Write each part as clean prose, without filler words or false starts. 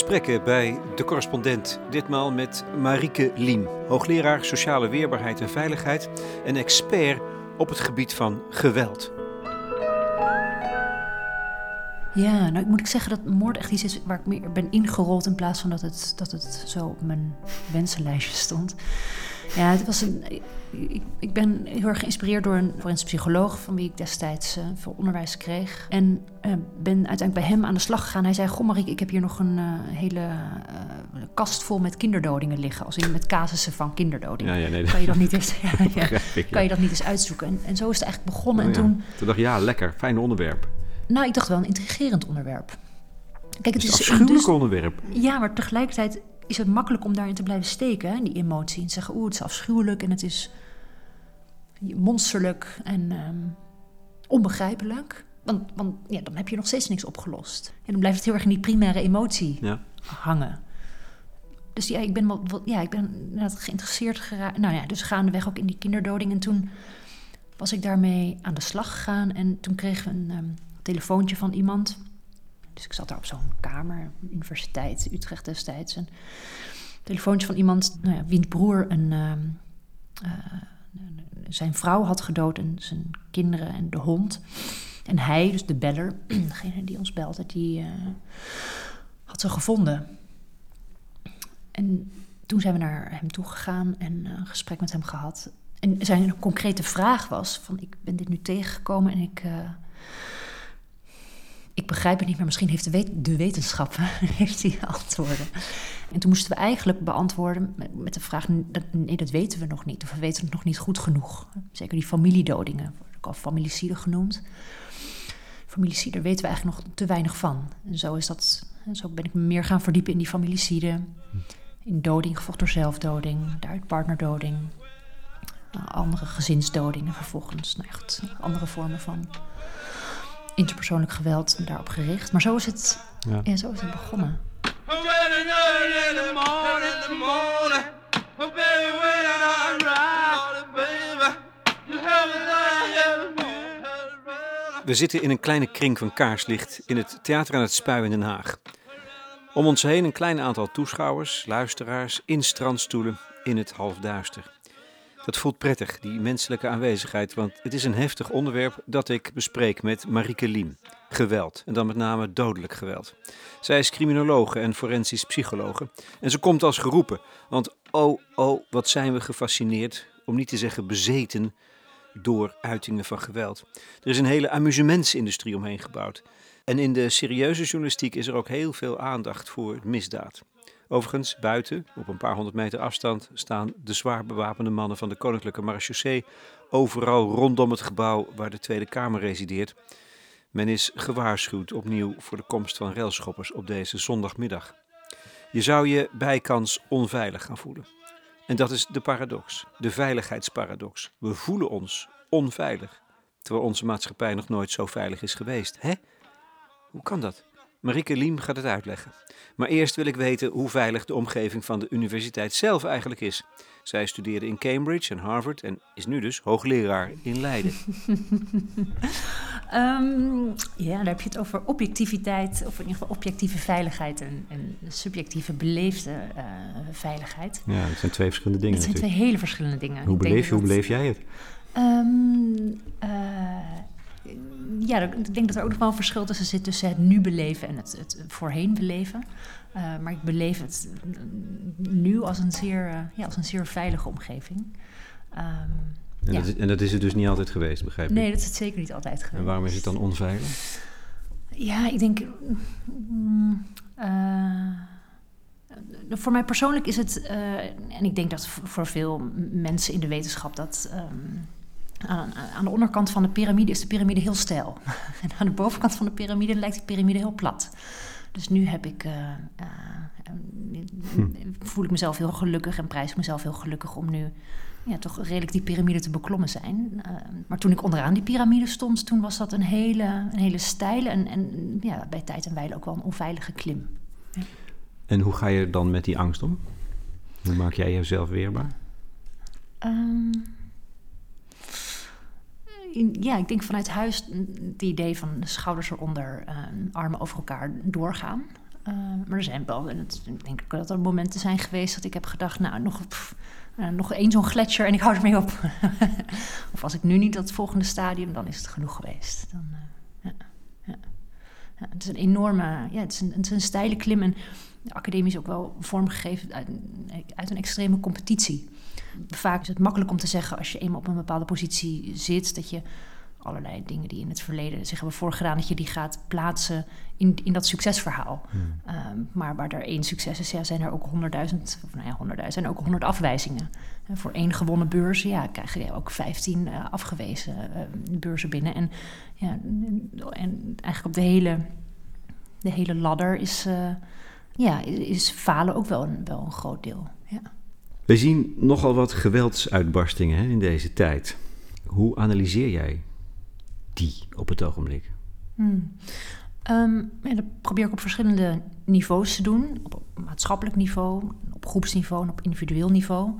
Gesprekken bij De Correspondent. Ditmaal met Marieke Liem, hoogleraar sociale weerbaarheid en veiligheid en expert op het gebied van geweld. Ja, nou moet ik zeggen dat moord echt iets is waar ik meer ben ingerold in plaats van dat het zo op mijn wensenlijstje stond. Ja, het was ik ben heel erg geïnspireerd door een forensisch psycholoog van wie ik destijds veel onderwijs kreeg. En ben uiteindelijk bij hem aan de slag gegaan. Hij zei, goh Marieke, ik heb hier nog een hele kast vol met kinderdodingen liggen. Als in met casussen van kinderdodingen. Ja, nee, kan je dat niet eens, kan je dat niet eens uitzoeken? En zo is het eigenlijk begonnen. En toen dacht ik, ja, lekker, fijn onderwerp. Nou, ik dacht wel een intrigerend onderwerp. Kijk, het is een afschuwelijk onderwerp. Ja, maar tegelijkertijd is het makkelijk om daarin te blijven steken, hè, die emotie. En te zeggen, het is afschuwelijk en het is monsterlijk en onbegrijpelijk. Want ja, dan heb je nog steeds niks opgelost. En dan blijft het heel erg in die primaire emotie hangen. Dus ja, ik ben inderdaad geïnteresseerd geraakt. Nou ja, dus gaandeweg ook in die kinderdoding. En toen was ik daarmee aan de slag gegaan. En toen kregen we een telefoontje van iemand. Dus ik zat daar op zo'n kamer, universiteit, Utrecht destijds. Een telefoontje van iemand, wiens broer zijn vrouw had gedood en zijn kinderen en de hond. En hij, dus de beller, degene die ons belde, die had ze gevonden. En toen zijn we naar hem toegegaan en een gesprek met hem gehad. En zijn concrete vraag was van, ik ben dit nu tegengekomen en ik begrijp het niet meer. Misschien heeft de wetenschap heeft die antwoorden. En toen moesten we eigenlijk beantwoorden met de vraag, nee, dat weten we nog niet. Of we weten het nog niet goed genoeg. Zeker die familiedodingen, worden ook al familicide genoemd. Familicide, daar weten we eigenlijk nog te weinig van. En zo ben ik me meer gaan verdiepen in die familicide. In doding, gevolgd door zelfdoding, daaruit partnerdoding. Andere gezinsdodingen vervolgens. Andere vormen van interpersoonlijk geweld daarop gericht. Maar zo is het begonnen. We zitten in een kleine kring van kaarslicht in het Theater aan het Spui in Den Haag. Om ons heen een klein aantal toeschouwers, luisteraars, in strandstoelen in het halfduister. Dat voelt prettig, die menselijke aanwezigheid, want het is een heftig onderwerp dat ik bespreek met Marieke Liem. Geweld, en dan met name dodelijk geweld. Zij is criminologe en forensisch psychologe. En ze komt als geroepen, want wat zijn we gefascineerd, om niet te zeggen bezeten, door uitingen van geweld. Er is een hele amusementsindustrie omheen gebouwd. En in de serieuze journalistiek is er ook heel veel aandacht voor misdaad. Overigens, buiten, op een paar 100 meter afstand, staan de zwaar bewapende mannen van de Koninklijke Marechaussee overal rondom het gebouw waar de Tweede Kamer resideert. Men is gewaarschuwd opnieuw voor de komst van railschoppers op deze zondagmiddag. Je zou je bijkans onveilig gaan voelen. En dat is de paradox, de veiligheidsparadox. We voelen ons onveilig, terwijl onze maatschappij nog nooit zo veilig is geweest. Hè? Hoe kan dat? Marieke Liem gaat het uitleggen. Maar eerst wil ik weten hoe veilig de omgeving van de universiteit zelf eigenlijk is. Zij studeerde in Cambridge en Harvard en is nu dus hoogleraar in Leiden. Daar heb je het over objectiviteit, of in ieder geval objectieve veiligheid en subjectieve beleefde veiligheid. Ja, dat zijn twee verschillende dingen. Dat zijn twee hele verschillende dingen. Hoe beleef jij het? Ik denk dat er ook nog wel een verschil tussen zit tussen het nu beleven en het voorheen beleven. Maar ik beleef het nu als een zeer veilige omgeving. En dat is het dus niet altijd geweest, begrijp ik? Nee, dat is het zeker niet altijd geweest. En waarom is het dan onveilig? Ja, ik denk... voor mij persoonlijk is het... en ik denk dat voor veel mensen in de wetenschap dat... aan de onderkant van de piramide is de piramide heel steil. En aan de bovenkant van de piramide lijkt de piramide heel plat. Dus nu voel ik mezelf heel gelukkig en prijs ik mezelf heel gelukkig om nu toch redelijk die piramide te beklommen zijn. Maar toen ik onderaan die piramide stond, toen was dat een hele steile en bij tijd en wijle ook wel een onveilige klim. Ja. En hoe ga je dan met die angst om? Hoe maak jij jezelf weerbaar? Ik denk vanuit huis het idee van de schouders eronder, armen over elkaar doorgaan. Maar er zijn wel, ik denk ook dat er momenten zijn geweest dat ik heb gedacht, nog één zo'n gletsjer en ik hou ermee op. Of als ik nu niet dat volgende stadium, dan is het genoeg geweest. Het is een enorme, het is een steile klim en de academie is ook wel vormgegeven uit een extreme competitie. Vaak is het makkelijk om te zeggen als je eenmaal op een bepaalde positie zit, dat je allerlei dingen die in het verleden zich hebben voorgedaan, dat je die gaat plaatsen in dat succesverhaal. Maar waar er 1 succes is, zijn er ook 100.000 en ook 100 afwijzingen. Voor 1 gewonnen beurs, krijg je ook 15 afgewezen beurzen binnen. En eigenlijk op de hele ladder is falen ook wel een groot deel. Ja. We zien nogal wat geweldsuitbarstingen in deze tijd. Hoe analyseer jij die op het ogenblik? Dat probeer ik op verschillende niveaus te doen. Op maatschappelijk niveau, op groepsniveau en op individueel niveau.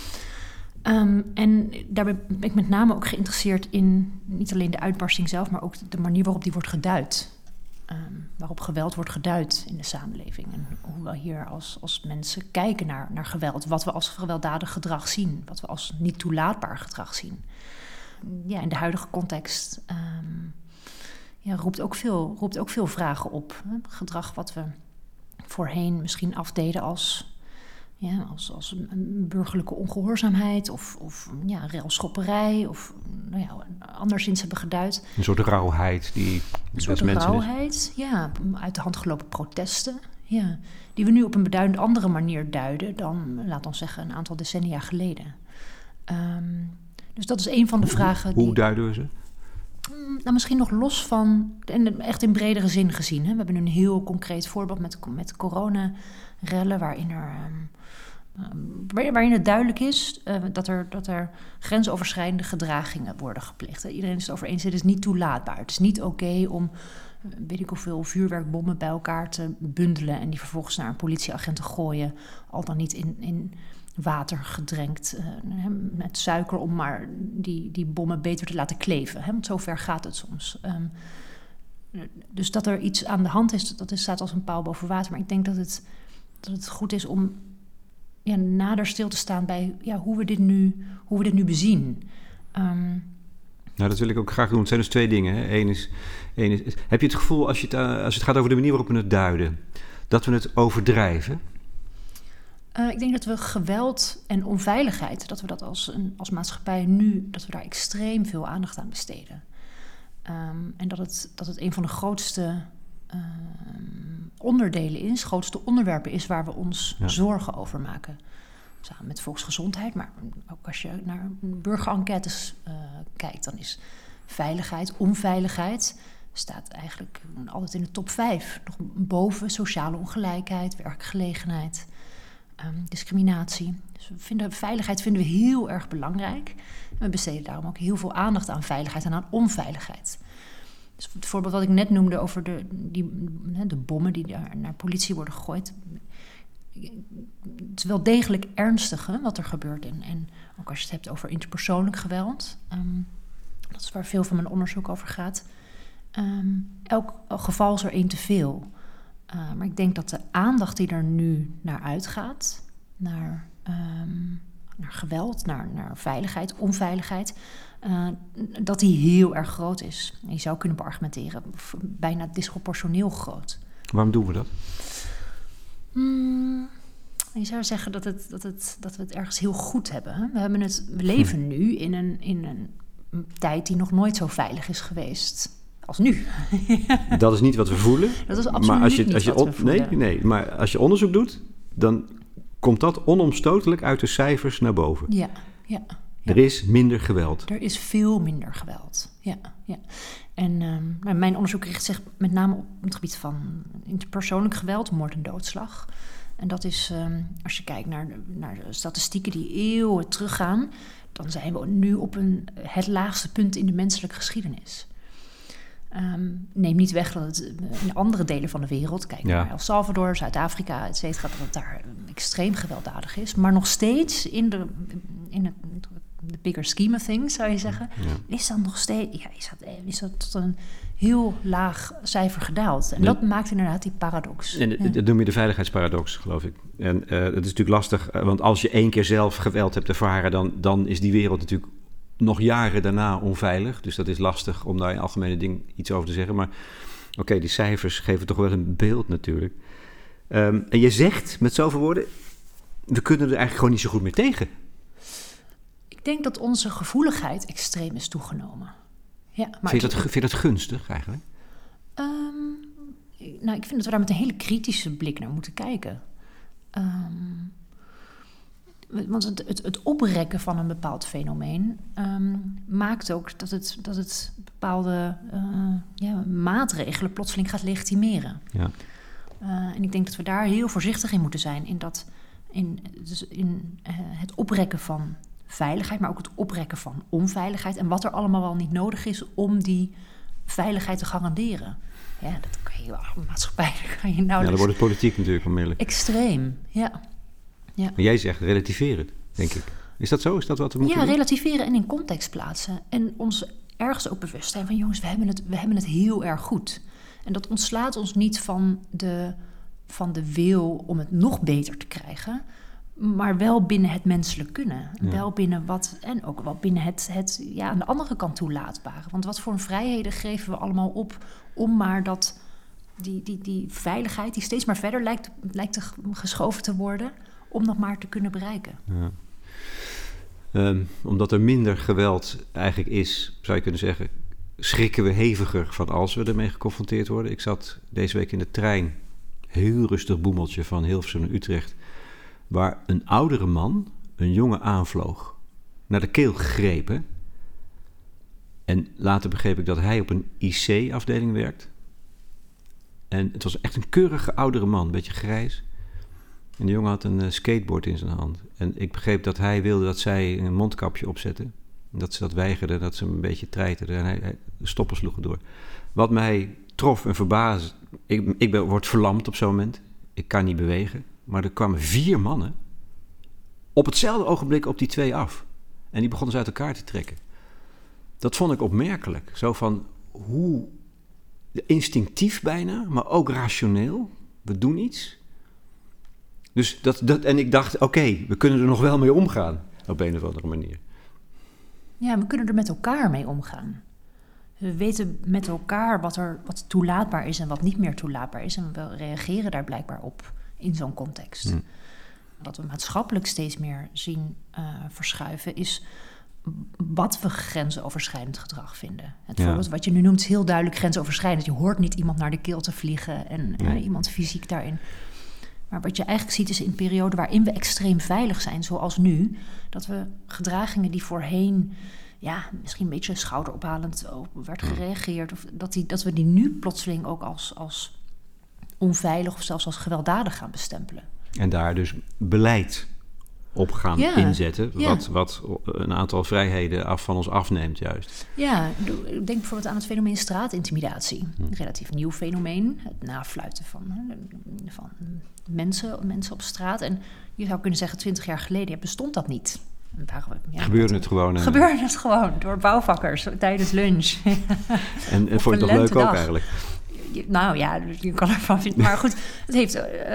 En daarbij ben ik met name ook geïnteresseerd in niet alleen de uitbarsting zelf, maar ook de manier waarop die wordt geduid. Waarop geweld wordt geduid in de samenleving. En hoe we hier als mensen kijken naar geweld. Wat we als gewelddadig gedrag zien. Wat we als niet toelaatbaar gedrag zien. In de huidige context roept ook veel vragen op. Gedrag wat we voorheen misschien afdeden als een burgerlijke ongehoorzaamheid of railschopperij of anderszins hebben geduid. Een soort rauwheid die uit de hand gelopen protesten, die we nu op een beduidend andere manier duiden dan, laat ons zeggen, een aantal decennia geleden. Dus dat is een van de vragen. Hoe duiden we ze? Misschien nog los van, en echt in bredere zin gezien. Hè. We hebben nu een heel concreet voorbeeld met coronarellen, waarin het duidelijk is dat er grensoverschrijdende gedragingen worden gepleegd. Iedereen is het over eens, het is niet toelaatbaar. Het is niet oké om, weet ik hoeveel, vuurwerkbommen bij elkaar te bundelen en die vervolgens naar een politieagent te gooien, al dan niet in water gedrenkt met suiker om maar die bommen beter te laten kleven. Want zover gaat het soms. Dus dat er iets aan de hand is, staat als een paal boven water. Maar ik denk dat het goed is om nader stil te staan bij hoe we dit nu bezien. Dat wil ik ook graag doen. Het zijn dus 2 dingen. Hè. Eén is, heb je het gevoel, als het gaat over de manier waarop we het duiden, dat we het overdrijven? Ik denk dat we geweld en onveiligheid, dat we dat als maatschappij nu, dat we daar extreem veel aandacht aan besteden. En dat het een van de grootste onderdelen is, grootste onderwerpen is waar we ons zorgen over maken. Samen met volksgezondheid, maar ook als je naar burgerenquêtes kijkt, dan is veiligheid, onveiligheid, staat eigenlijk altijd in de top 5. Nog boven sociale ongelijkheid, werkgelegenheid, discriminatie. Dus veiligheid vinden we heel erg belangrijk. En we besteden daarom ook heel veel aandacht aan veiligheid en aan onveiligheid. Dus het voorbeeld wat ik net noemde over de bommen die naar politie worden gegooid. Het is wel degelijk ernstig wat er gebeurt. En ook als je het hebt over interpersoonlijk geweld. Dat is waar veel van mijn onderzoek over gaat. Elk geval is er 1 te veel. Maar ik denk dat de aandacht die er nu naar uitgaat, naar geweld, naar veiligheid, onveiligheid, dat die heel erg groot is. En je zou kunnen beargumenteren, bijna disproportioneel groot. Waarom doen we dat? Je zou zeggen dat we het ergens heel goed hebben. Hè? We leven nu in een tijd die nog nooit zo veilig is geweest als nu. Dat is niet wat we voelen. Dat is absoluut niet wat we voelen. Nee, maar als je onderzoek doet, dan komt dat onomstotelijk uit de cijfers naar boven. Ja. Er is minder geweld. Er is veel minder geweld, ja. En mijn onderzoek richt zich met name op het gebied van interpersoonlijk geweld, moord en doodslag. En dat is, als je kijkt naar statistieken die eeuwen teruggaan, dan zijn we nu op het laagste punt in de menselijke geschiedenis. Neem niet weg dat het in andere delen van de wereld, kijk naar El Salvador, Zuid-Afrika, et cetera, dat het daar extreem gewelddadig is. Maar nog steeds in de bigger scheme of things, zou je zeggen, is dat nog steeds, is dat tot een heel laag cijfer gedaald. En dat maakt inderdaad die paradox. En dat noem je de veiligheidsparadox, geloof ik. En dat is natuurlijk lastig, want als je 1 keer zelf geweld hebt ervaren, dan is die wereld natuurlijk nog jaren daarna onveilig. Dus dat is lastig om daar in algemene ding iets over te zeggen. Maar oké, die cijfers geven toch wel een beeld natuurlijk. En je zegt met zoveel woorden, we kunnen er eigenlijk gewoon niet zo goed meer tegen. Ik denk dat onze gevoeligheid extreem is toegenomen. Ja, maar vind je dat gunstig eigenlijk? Ik vind dat we daar met een hele kritische blik naar moeten kijken. Want het oprekken van een bepaald fenomeen maakt ook dat het bepaalde maatregelen plotseling gaat legitimeren. Ja. En ik denk dat we daar heel voorzichtig in moeten zijn in het oprekken van veiligheid, maar ook het oprekken van onveiligheid en wat er allemaal wel niet nodig is om die veiligheid te garanderen. Ja, dat kan je wel, maatschappij, dat kan je nauwelijks... Ja, dan wordt het politiek natuurlijk onmiddellijk. Extreem, ja. Maar jij zegt relativeren, denk ik. Is dat zo? Is dat wat we moeten doen? Ja, relativeren en in context plaatsen. En ons ergens ook bewust zijn van, jongens, we hebben het heel erg goed. En dat ontslaat ons niet van de wil om het nog beter te krijgen, maar wel binnen het menselijk kunnen. Ja. Wel binnen en ook wel binnen het aan de andere kant toelaatbare. Want wat voor een vrijheden geven we allemaal op om maar die veiligheid die steeds maar verder lijkt te geschoven te worden, om nog maar te kunnen bereiken. Ja. Omdat er minder geweld eigenlijk is, zou je kunnen zeggen, schrikken we heviger van als we ermee geconfronteerd worden. Ik zat deze week in de trein, heel rustig boemeltje van Hilversum naar Utrecht, waar een oudere man een jongen aanvloog, naar de keel gegrepen. En later begreep ik dat hij op een IC-afdeling werkt. En het was echt een keurige oudere man, een beetje grijs. En de jongen had een skateboard in zijn hand. En ik begreep dat hij wilde dat zij een mondkapje opzetten. Dat ze dat weigerden, dat ze hem een beetje treiterden. En de stoppen sloegen door. Wat mij trof en verbaasde. Ik word verlamd op zo'n moment. Ik kan niet bewegen. Maar er kwamen 4 mannen op hetzelfde ogenblik op die 2 af. En die begonnen ze uit elkaar te trekken. Dat vond ik opmerkelijk. Zo van hoe instinctief bijna, maar ook rationeel. We doen iets. Dus en ik dacht, oké, we kunnen er nog wel mee omgaan. Op een of andere manier. Ja, we kunnen er met elkaar mee omgaan. We weten met elkaar wat toelaatbaar is en wat niet meer toelaatbaar is. En we reageren daar blijkbaar op in zo'n context. Wat we maatschappelijk steeds meer zien verschuiven is wat we grensoverschrijdend gedrag vinden. Het voorbeeld wat je nu noemt is heel duidelijk grensoverschrijdend. Je hoort niet iemand naar de keel te vliegen en iemand fysiek daarin. Maar wat je eigenlijk ziet is in perioden waarin we extreem veilig zijn, zoals nu, dat we gedragingen die voorheen misschien een beetje schouderophalend werd gereageerd, of dat we die nu plotseling ook als onveilig of zelfs als gewelddadig gaan bestempelen. En daar dus beleid op gaan inzetten, wat een aantal vrijheden van ons afneemt juist. Ja, denk bijvoorbeeld aan het fenomeen straatintimidatie. Een relatief nieuw fenomeen, het nafluiten van mensen op straat. En je zou kunnen zeggen, 20 jaar geleden bestond dat niet. Gebeurde het gewoon? Gebeurde het gewoon door bouwvakkers tijdens lunch. En vond je het nog leuk ook eigenlijk? Nou ja, je kan ervan vinden. Maar goed, het heeft...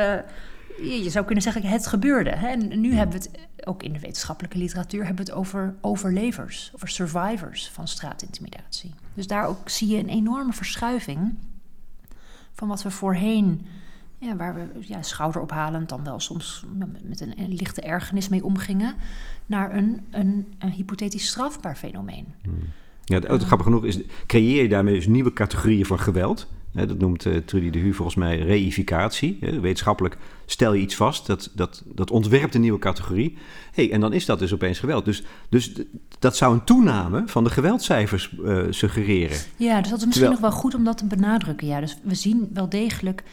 je zou kunnen zeggen, het gebeurde. Hè? En nu hebben we het, ook in de wetenschappelijke literatuur, hebben we het over overlevers, over survivors van straatintimidatie. Dus daar ook zie je een enorme verschuiving van wat we voorheen, waar we schouderophalend dan wel soms met een lichte ergernis mee omgingen, naar een hypothetisch strafbaar fenomeen. Ja, grappig genoeg creëer je daarmee dus nieuwe categorieën van geweld. Dat noemt Trudy de Hu volgens mij reificatie. Wetenschappelijk stel je iets vast, dat ontwerpt een nieuwe categorie. En dan is dat dus opeens geweld. Dus dat zou een toename van de geweldcijfers suggereren. Ja, dus dat is misschien nog wel goed om dat te benadrukken. Ja, dus we zien wel degelijk...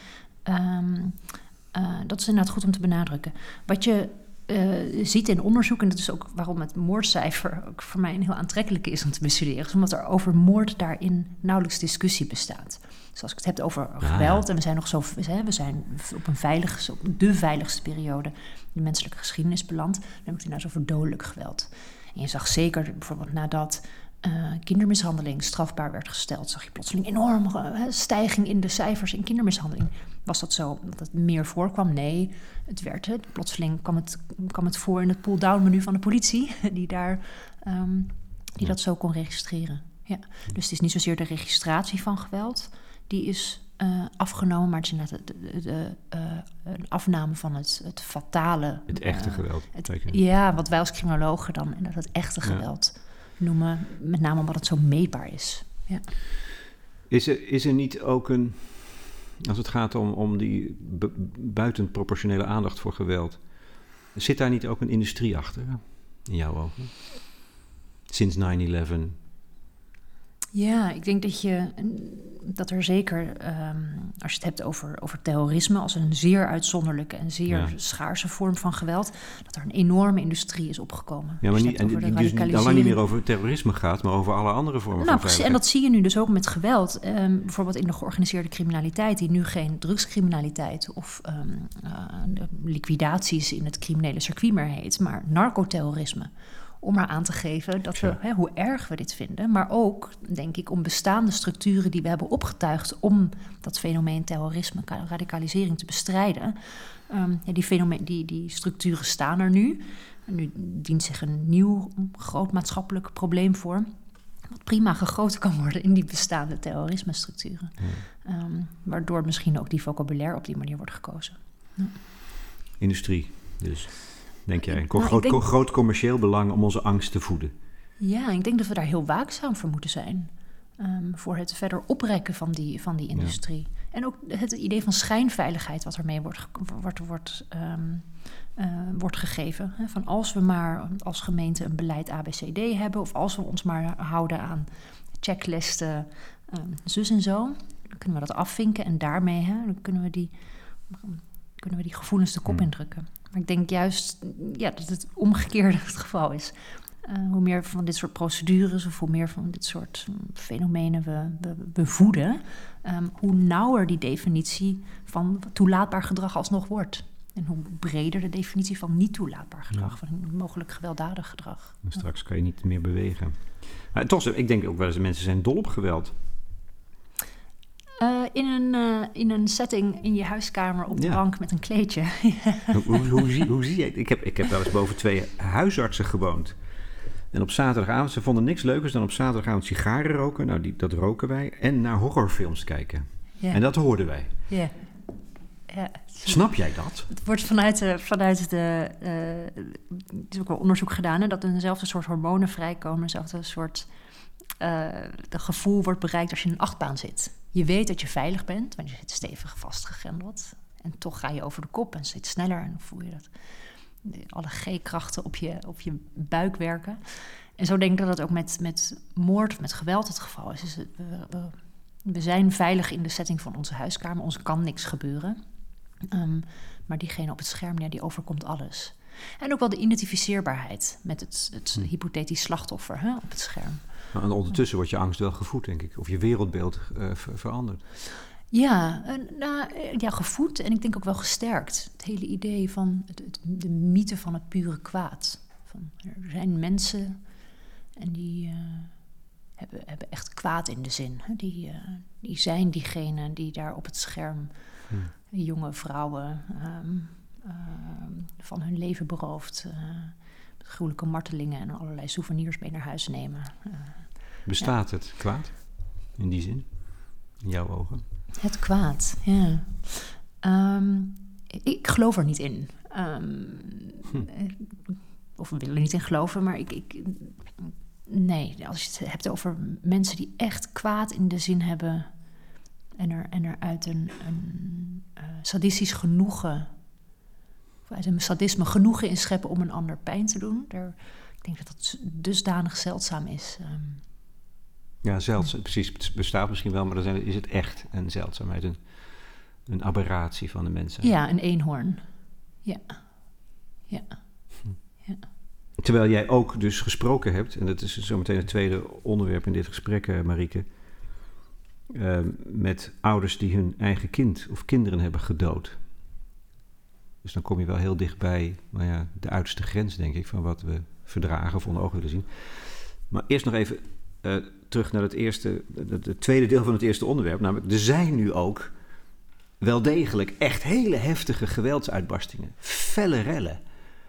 dat is inderdaad goed om te benadrukken. Wat je ziet in onderzoek, en dat is ook waarom het moordcijfer ook voor mij een heel aantrekkelijke is om te bestuderen, is omdat er over moord daarin nauwelijks discussie bestaat. Dus als ik het heb over geweld, en we zijn nog zo, we zijn op de veiligste periode in de menselijke geschiedenis beland, dan heb ik het nou over dodelijk geweld. En je zag zeker bijvoorbeeld nadat kindermishandeling strafbaar werd gesteld, zag je plotseling enorme stijging in de cijfers in kindermishandeling. Was dat zo dat het meer voorkwam? Nee, het werd het. Plotseling kwam het voor in het pull-down menu van de politie, die dat zo kon registreren. Ja. Dus het is niet zozeer de registratie van geweld, die is afgenomen, maar het is inderdaad een afname van het fatale. Het echte geweld. Wat wij als criminologen dan inderdaad het echte geweld noemen, met name omdat het zo meetbaar is. Ja. Is er niet ook als het gaat om die buitenproportionele aandacht voor geweld, zit daar niet ook een industrie achter, in jouw ogen? Sinds 9/11? Ja, ik denk dat er zeker, als je het hebt over terrorisme als een zeer uitzonderlijke en zeer schaarse vorm van geweld, dat er een enorme industrie is opgekomen. Ja, maar die dus al lang niet meer over terrorisme gaat, maar over alle andere vormen van veiligheid. En dat zie je nu dus ook met geweld. Bijvoorbeeld in de georganiseerde criminaliteit, die nu geen drugscriminaliteit of liquidaties in het criminele circuit meer heet, maar narcoterrorisme. Om maar aan te geven dat hoe erg we dit vinden. Maar ook, denk ik, om bestaande structuren die we hebben opgetuigd om dat fenomeen terrorisme, radicalisering te bestrijden. Die structuren staan er nu. En nu dient zich een nieuw groot maatschappelijk probleem voor, wat prima gegoten kan worden in die bestaande terrorismestructuren. Waardoor misschien ook die vocabulaire op die manier wordt gekozen. Ja. Industrie, dus. Denk jij? Groot commercieel belang om onze angst te voeden. Ja, ik denk dat we daar heel waakzaam voor moeten zijn. Voor het verder oprekken van die industrie. Ja. En ook het idee van schijnveiligheid wat ermee wordt gegeven. Hè? Van als we maar als gemeente een beleid ABCD hebben, of als we ons maar houden aan checklisten zus en zo, dan kunnen we dat afvinken en daarmee dan kunnen we die gevoelens de kop indrukken. Maar ik denk juist dat het omgekeerde het geval is. Hoe meer van dit soort procedures of hoe meer van dit soort fenomenen we voeden, hoe nauwer die definitie van toelaatbaar gedrag alsnog wordt. En hoe breder de definitie van niet toelaatbaar gedrag, van mogelijk gewelddadig gedrag. En straks kan je niet meer bewegen. Maar toch, ik denk ook wel eens, mensen zijn dol op geweld. In een setting in je huiskamer op de bank met een kleedje. Hoe zie je het? Ik heb wel eens boven 2 huisartsen gewoond. En op zaterdagavond, ze vonden niks leukers dan op zaterdagavond sigaren roken. Nou, dat roken wij. En naar horrorfilms kijken. Ja. En dat hoorden wij. Ja. Ja. Snap jij dat? Het wordt vanuit de er is ook wel onderzoek gedaan, dat er dezelfde soort hormonen vrijkomen, dezelfde soort de gevoel wordt bereikt als je in een achtbaan zit. Je weet dat je veilig bent, want je zit stevig vastgegrendeld. En toch ga je over de kop en zit sneller en dan voel je dat alle G-krachten op je buik werken. En zo denk ik dat het ook met moord of met geweld het geval is. We zijn veilig in de setting van onze huiskamer. Ons kan niks gebeuren. Maar diegene op het scherm, die overkomt alles. En ook wel de identificeerbaarheid met het hypothetisch slachtoffer op het scherm. En ondertussen wordt je angst wel gevoed, denk ik. Of je wereldbeeld verandert. Ja, gevoed en ik denk ook wel gesterkt. Het hele idee van de mythe van het pure kwaad. Er zijn mensen en die hebben echt kwaad in de zin. Hè? Die zijn diegenen die daar op het scherm jonge vrouwen van hun leven beroofd, met gruwelijke martelingen en allerlei souvenirs mee naar huis nemen. Bestaat het kwaad in die zin, in jouw ogen? Het kwaad, ja. Ik geloof er niet in. Of we willen er niet in geloven, maar nee, als je het hebt over mensen die echt kwaad in de zin hebben en er uit een sadistisch genoegen, of uit een sadisme genoegen in scheppen om een ander pijn te doen. Ik denk dat dat dusdanig zeldzaam is. Ja, zeldzaam, precies. Het bestaat misschien wel, maar dan is het echt een zeldzaamheid, een aberratie van de mensen. Ja, een eenhoorn. Ja. Ja. Ja. Terwijl jij ook dus gesproken hebt, en dat is zometeen het tweede onderwerp in dit gesprek, Marieke, met ouders die hun eigen kind of kinderen hebben gedood. Dus dan kom je wel heel dichtbij de uiterste grens, denk ik, van wat we verdragen of onder ogen willen zien. Maar eerst nog even terug naar het tweede deel van het eerste onderwerp. Namelijk, er zijn nu ook wel degelijk echt hele heftige geweldsuitbarstingen. Felle rellen.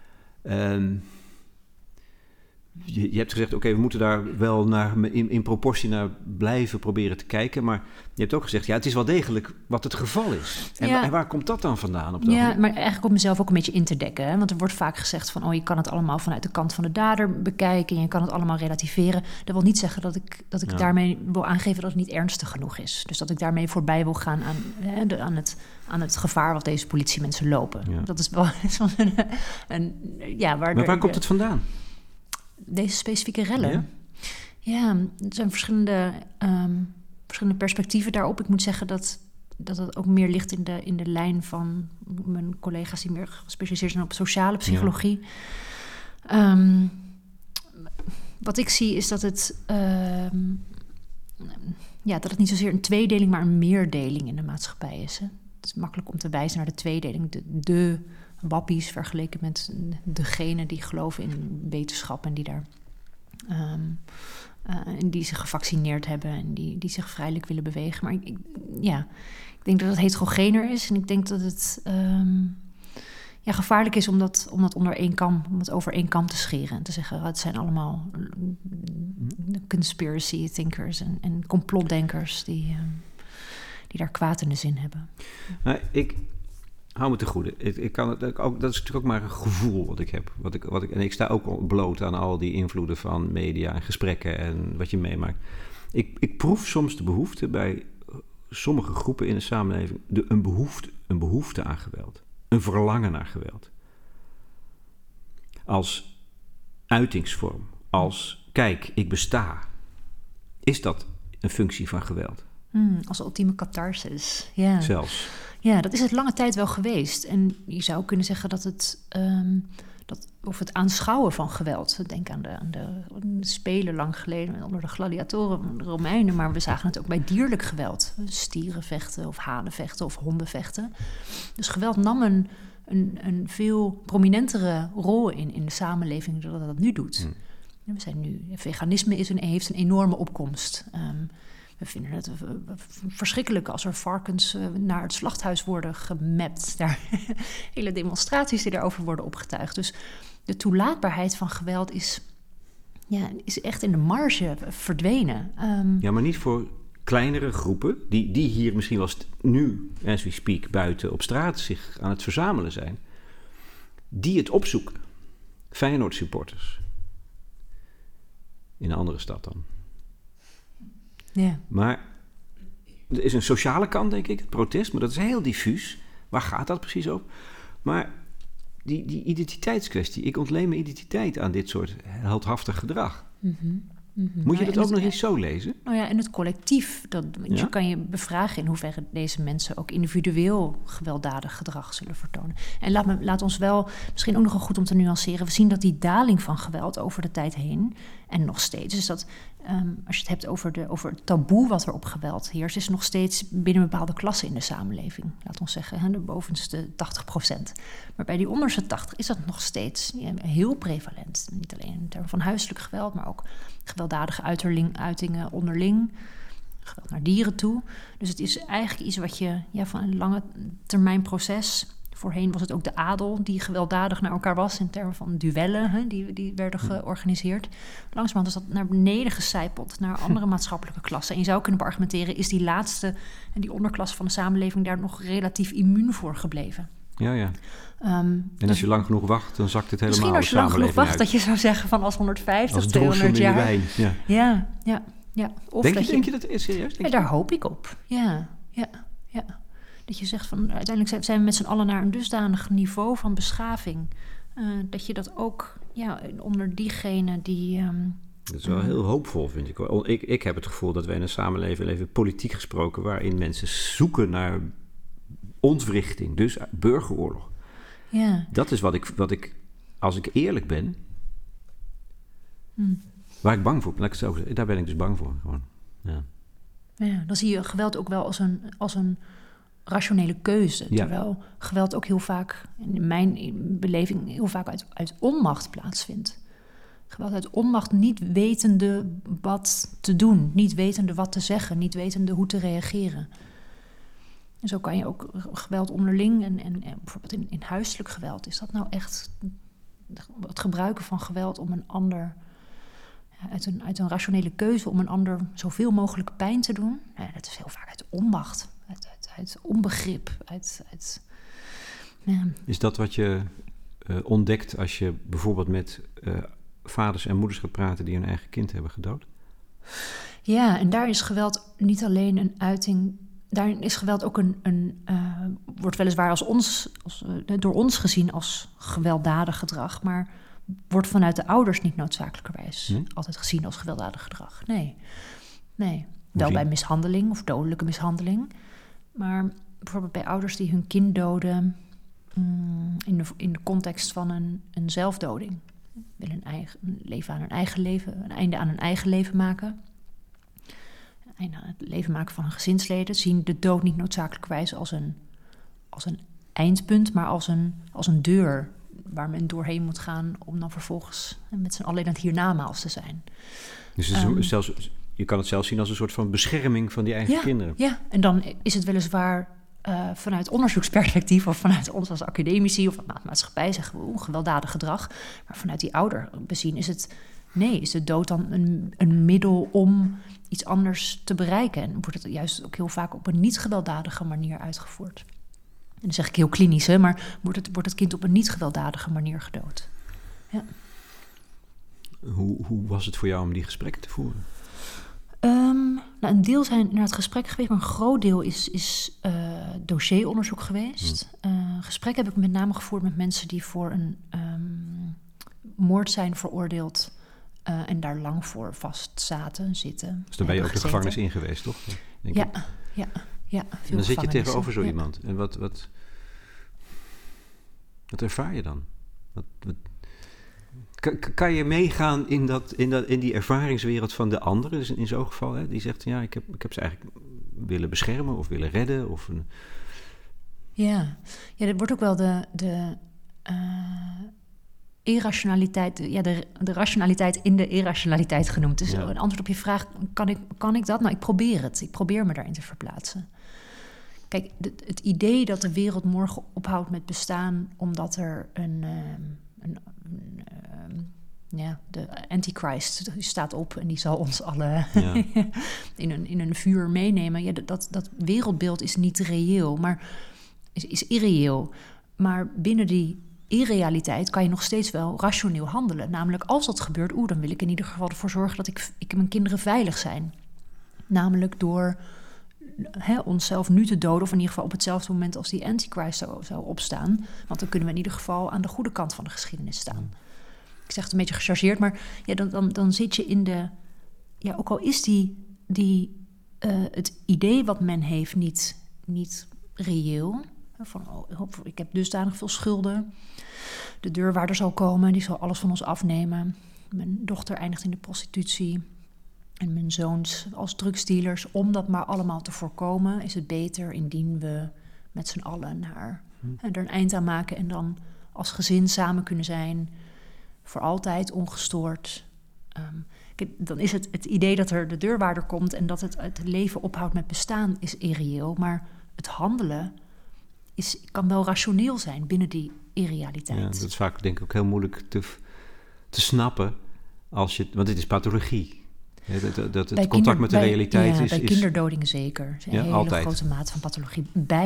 Je hebt gezegd, oké, we moeten daar wel in proportie naar blijven proberen te kijken. Maar je hebt ook gezegd, het is wel degelijk wat het geval is. En waar komt dat dan vandaan? Maar eigenlijk om mezelf ook een beetje in te dekken. Hè? Want er wordt vaak gezegd van, je kan het allemaal vanuit de kant van de dader bekijken. En je kan het allemaal relativeren. Dat wil niet zeggen dat ik daarmee wil aangeven dat het niet ernstig genoeg is. Dus dat ik daarmee voorbij wil gaan aan het gevaar wat deze politiemensen lopen. Ja. Dat is wel Maar waar komt het vandaan? Deze specifieke rellen? Ja, er zijn verschillende perspectieven daarop. Ik moet zeggen dat het ook meer ligt in de lijn van mijn collega's die meer gespecialiseerd zijn op sociale psychologie. Ja. Wat ik zie is dat het niet zozeer een tweedeling, maar een meerdeling in de maatschappij is. Hè? Het is makkelijk om te wijzen naar de tweedeling. De wappies vergeleken met degenen die geloven in wetenschap en die daar die zich gevaccineerd hebben en die zich vrijelijk willen bewegen. Maar ik denk dat het heterogener is en ik denk dat het gevaarlijk is om dat over één kam te scheren en te zeggen, het zijn allemaal conspiracy thinkers en complotdenkers die daar kwaad in de zin hebben. Nou, ik hou me te goede. Ik kan het ook, dat is natuurlijk ook maar een gevoel wat ik heb. En ik sta ook bloot aan al die invloeden van media en gesprekken en wat je meemaakt. Ik proef soms de behoefte bij sommige groepen in de samenleving, een behoefte aan geweld. Een verlangen naar geweld. Als uitingsvorm. Als, kijk, ik besta. Is dat een functie van geweld? Als ultieme catharsis. Ja. Zelfs. Ja, dat is het lange tijd wel geweest. En je zou kunnen zeggen dat het aanschouwen van geweld. Denk aan de spelen lang geleden onder de gladiatoren van de Romeinen. Maar we zagen het ook bij dierlijk geweld. Stieren vechten of hanen vechten of honden vechten. Dus geweld nam een veel prominentere rol in de samenleving dan dat het nu doet. Veganisme heeft een enorme opkomst. We vinden het verschrikkelijk als er varkens naar het slachthuis worden gemapt. Daar hele demonstraties die daarover worden opgetuigd. Dus de toelaatbaarheid van geweld is echt in de marge verdwenen. Maar niet voor kleinere groepen die hier misschien wel nu, as we speak, buiten op straat zich aan het verzamelen zijn. Die het opzoeken. Feyenoord supporters. In een andere stad dan. Ja. Maar er is een sociale kant, denk ik, het protest, maar dat is heel diffuus. Waar gaat dat precies over? Maar die identiteitskwestie, ik ontleen mijn identiteit aan dit soort heldhaftig gedrag. Mm-hmm. Mm-hmm. Moet je dat ook nog eens zo lezen? Nou ja, in het collectief. Je kan je bevragen in hoeverre deze mensen ook individueel gewelddadig gedrag zullen vertonen. En laat ons wel, misschien ook nog wel goed om te nuanceren, we zien dat die daling van geweld over de tijd heen en nog steeds, dus dat als je het hebt over het taboe wat er op geweld heerst, is nog steeds binnen bepaalde klassen in de samenleving. Laat ons zeggen, de bovenste 80%. Maar bij die onderste 80 is dat nog steeds heel prevalent. Niet alleen in termen van huiselijk geweld, maar ook gewelddadige uitingen onderling. Geweld naar dieren toe. Dus het is eigenlijk iets wat je van een lange termijn proces. Voorheen was het ook de adel die gewelddadig naar elkaar was in termen van duellen die werden georganiseerd. Langzamerhand is dat naar beneden gecijpeld, naar andere maatschappelijke klassen. En je zou kunnen beargumenteren, is die laatste en die onderklasse van de samenleving daar nog relatief immuun voor gebleven? Ja. En als je lang genoeg wacht, dan zakt het helemaal de misschien als je lang genoeg wacht, uit. Dat je zou zeggen van als 150, als 200 jaar. Wijn. Ja. Ja. Of Denk je dat is serieus? Daar hoop ik op. Ja. Dat je zegt van uiteindelijk zijn we met z'n allen naar een dusdanig niveau van beschaving. Dat je dat ook onder diegenen die. Dat is wel heel hoopvol, vind ik. Ik heb het gevoel dat wij in een samenleving leven, politiek gesproken, waarin mensen zoeken naar ontwrichting, dus burgeroorlog. Ja. Dat is wat ik als ik eerlijk ben, waar ik bang voor ben. Daar ben ik dus bang voor. Gewoon. Ja, dan zie je geweld ook wel als een rationele keuze. Ja. Terwijl geweld ook heel vaak, in mijn beleving, heel vaak uit onmacht plaatsvindt. Geweld uit onmacht, niet wetende wat te doen, niet wetende wat te zeggen, niet wetende hoe te reageren. En zo kan je ook geweld onderling en bijvoorbeeld in huiselijk geweld. Is dat nou echt het gebruiken van geweld om een ander, uit een rationele keuze om een ander zoveel mogelijk pijn te doen? Ja, dat is heel vaak uit onmacht, uit onbegrip. Ja. Is dat wat je ontdekt als je bijvoorbeeld met vaders en moeders gaat praten die hun eigen kind hebben gedood? Ja, en daar is geweld niet alleen een uiting. Daarin is geweld ook wordt weliswaar door ons gezien als gewelddadig gedrag, maar wordt vanuit de ouders niet noodzakelijkerwijs altijd gezien als gewelddadig gedrag. Nee. Wel bij mishandeling of dodelijke mishandeling. Maar bijvoorbeeld bij ouders die hun kind doden in de context van een zelfdoding. Willen een einde aan hun eigen leven maken. Een einde aan het leven maken van hun gezinsleden. Zien de dood niet noodzakelijkerwijs als een eindpunt, maar als een deur waar men doorheen moet gaan om dan vervolgens met z'n allen in het hiernamaals te zijn. Dus je kan het zelfs zien als een soort van bescherming van die eigen kinderen. Ja, en dan is het weliswaar vanuit onderzoeksperspectief of vanuit ons als academici of maatschappij zeggen we gewelddadig gedrag. Maar vanuit die ouder bezien is de dood dan een middel om iets anders te bereiken. En wordt het juist ook heel vaak op een niet gewelddadige manier uitgevoerd. En dan zeg ik heel klinisch, maar wordt het kind op een niet gewelddadige manier gedood. Ja. Hoe was het voor jou om die gesprekken te voeren? Een deel zijn naar het gesprek geweest, maar een groot deel is dossieronderzoek geweest. Gesprek heb ik met name gevoerd met mensen die voor een moord zijn veroordeeld en daar lang voor zitten. Dus dan ben je ook de gevangenis in geweest, toch? Ja. En dan zit je tegenover zo iemand. En wat ervaar je dan? Kan je meegaan in die ervaringswereld van de ander? Dus in zo'n geval, hè, die zegt, ja, ik heb ze eigenlijk willen beschermen of willen redden. Ja, dat wordt ook wel de irrationaliteit, de rationaliteit in de irrationaliteit genoemd. Dus een antwoord op je vraag, kan ik dat? Nou, ik probeer het. Ik probeer me daarin te verplaatsen. Kijk, het idee dat de wereld morgen ophoudt met bestaan omdat er de Antichrist staat op en die zal ons alle in een vuur meenemen. Ja, dat wereldbeeld is niet reëel, maar is irreëel. Maar binnen die irrealiteit kan je nog steeds wel rationeel handelen. Namelijk, als dat gebeurt, dan wil ik in ieder geval ervoor zorgen dat ik en mijn kinderen veilig zijn. Namelijk door onszelf nu te doden, of in ieder geval op hetzelfde moment als die Antichrist zou opstaan. Want dan kunnen we in ieder geval aan de goede kant van de geschiedenis staan. Ik zeg het een beetje gechargeerd, maar dan zit je in de... Ja, ook al is het idee wat men heeft niet reëel. Van, ik heb dusdanig veel schulden. De deurwaarder zal komen, die zal alles van ons afnemen. Mijn dochter eindigt in de prostitutie. En mijn zoons als drugsdealers. Om dat maar allemaal te voorkomen, is het beter indien we met z'n allen er een eind aan maken. En dan als gezin samen kunnen zijn. Voor altijd ongestoord. Dan is het idee dat er de deurwaarder komt en dat het leven ophoudt met bestaan is irreëel. Maar het handelen kan wel rationeel zijn binnen die irrealiteit. Ja, dat is vaak denk ik ook heel moeilijk te snappen. Want dit is pathologie. Dat het contact met de realiteit is... Bij kinderdodingen zeker. Er is een hele grote mate van pathologie.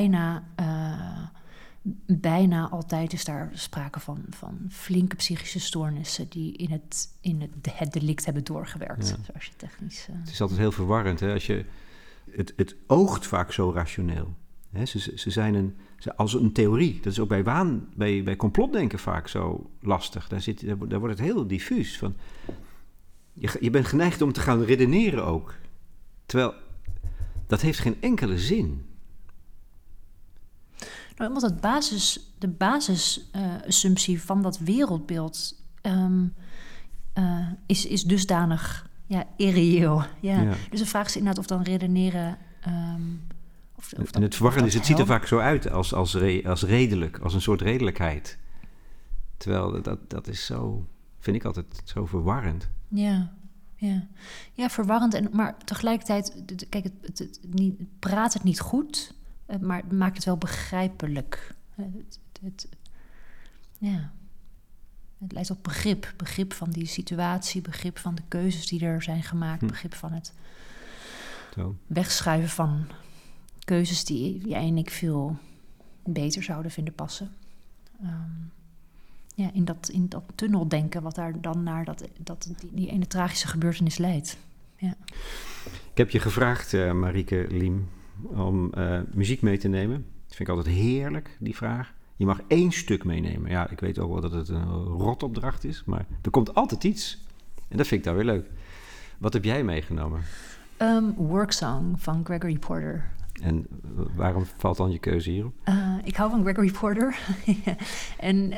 Bijna altijd is daar sprake van flinke psychische stoornissen die in het delict hebben doorgewerkt. Ja. Zoals je technisch... Het is altijd heel verwarrend. Hè? Het oogt vaak zo rationeel. Hè? Ze zijn als een theorie. Dat is ook bij complotdenken vaak zo lastig. Daar wordt het heel diffuus. Van, je bent geneigd om te gaan redeneren ook. Terwijl, dat heeft geen enkele zin. Nou, omdat de basisassumptie van dat wereldbeeld is dusdanig irreëel. Ja. Dus de vraag is inderdaad of dan redeneren... en het verwarrende is, het ziet er vaak zo uit als redelijk, als een soort redelijkheid. Terwijl dat is zo vind ik altijd zo verwarrend. Ja, verwarrend. Maar tegelijkertijd, kijk, het praat het niet goed, maar het maakt het wel begrijpelijk. Het leidt tot begrip. Begrip van die situatie, begrip van de keuzes die er zijn gemaakt, begrip van het wegschuiven van keuzes die jij en ik veel beter zouden vinden passen. In dat tunneldenken wat daar dan naar die ene tragische gebeurtenis leidt. Ja. Ik heb je gevraagd, Marieke Liem, om muziek mee te nemen. Dat vind ik altijd heerlijk, die vraag. Je mag 1 stuk meenemen. Ja, ik weet ook wel dat het een rotopdracht is, maar er komt altijd iets. En dat vind ik dan weer leuk. Wat heb jij meegenomen? Worksong van Gregory Porter. En waarom valt dan je keuze hierop? Ik hou van Gregory Porter. En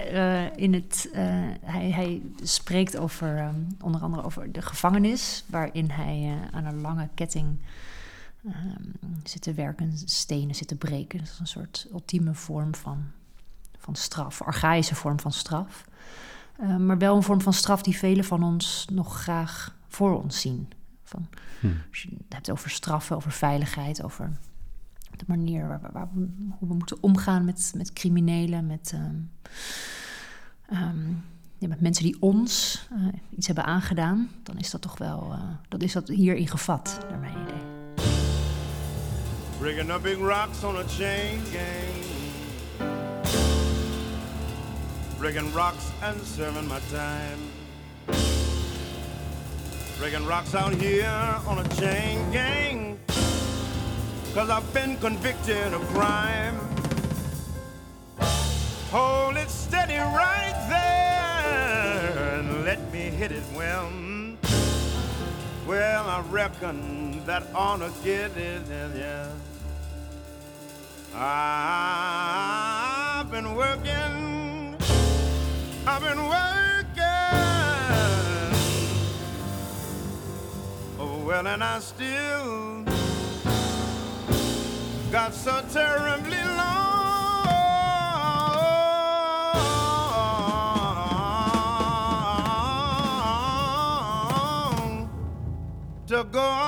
hij spreekt over, onder andere over de gevangenis, waarin hij aan een lange ketting zit te werken, stenen zit te breken. Dat is een soort ultieme vorm van straf, archaïsche vorm van straf. Maar wel een vorm van straf die velen van ons nog graag voor ons zien. Als je het hebt over straffen, over veiligheid, over de manier hoe we moeten omgaan met criminelen, met mensen die ons iets hebben aangedaan, dan is dat toch wel, is dat hierin gevat, naar mijn idee. Breaking up big rocks on a chain gang. Breaking rocks and serving my time. Breaking rocks out here on a chain gang. 'Cause I've been convicted of crime. Hold it steady right there and let me hit it well. Well, I reckon that ought to get it, yeah. I've been working. Oh, well, and I still got so terribly long to go.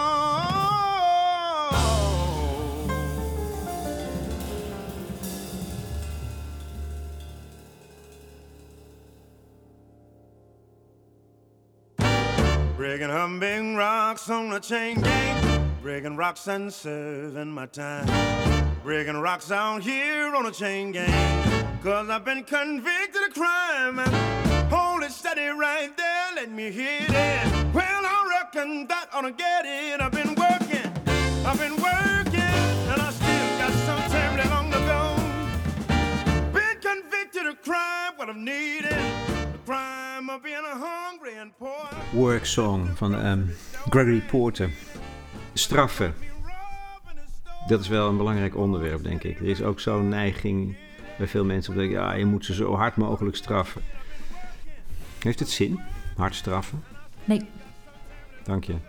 Breaking humming rocks on the chain gang. Breaking rocks and serving my time. Breaking rocks out here on a chain gang. 'Cause I've been convicted of crime. Hold it steady right there, let me hit it. Well, I reckon that ought to get it. I've been working, and I still got some terribly long to go. Been convicted of crime, what I'm needing. The crime of being hungry and poor. Worksong van Gregory Porter. Straffen. Dat is wel een belangrijk onderwerp, denk ik. Er is ook zo'n neiging bij veel mensen om te denken, ja, je moet ze zo hard mogelijk straffen. Heeft het zin, hard straffen? Nee. Dank je.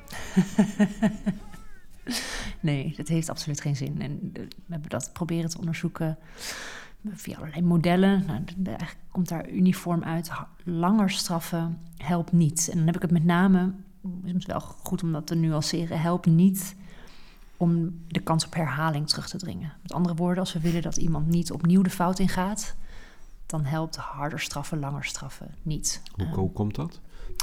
Nee, dat heeft absoluut geen zin. En we hebben dat proberen te onderzoeken via allerlei modellen. Nou, eigenlijk komt daar uniform uit. Langer straffen helpt niet. En dan heb ik het met name, is het wel goed om dat te nuanceren, helpt niet om de kans op herhaling terug te dringen. Met andere woorden, als we willen dat iemand niet opnieuw de fout ingaat, dan helpt harder straffen, langer straffen niet. Hoe komt dat?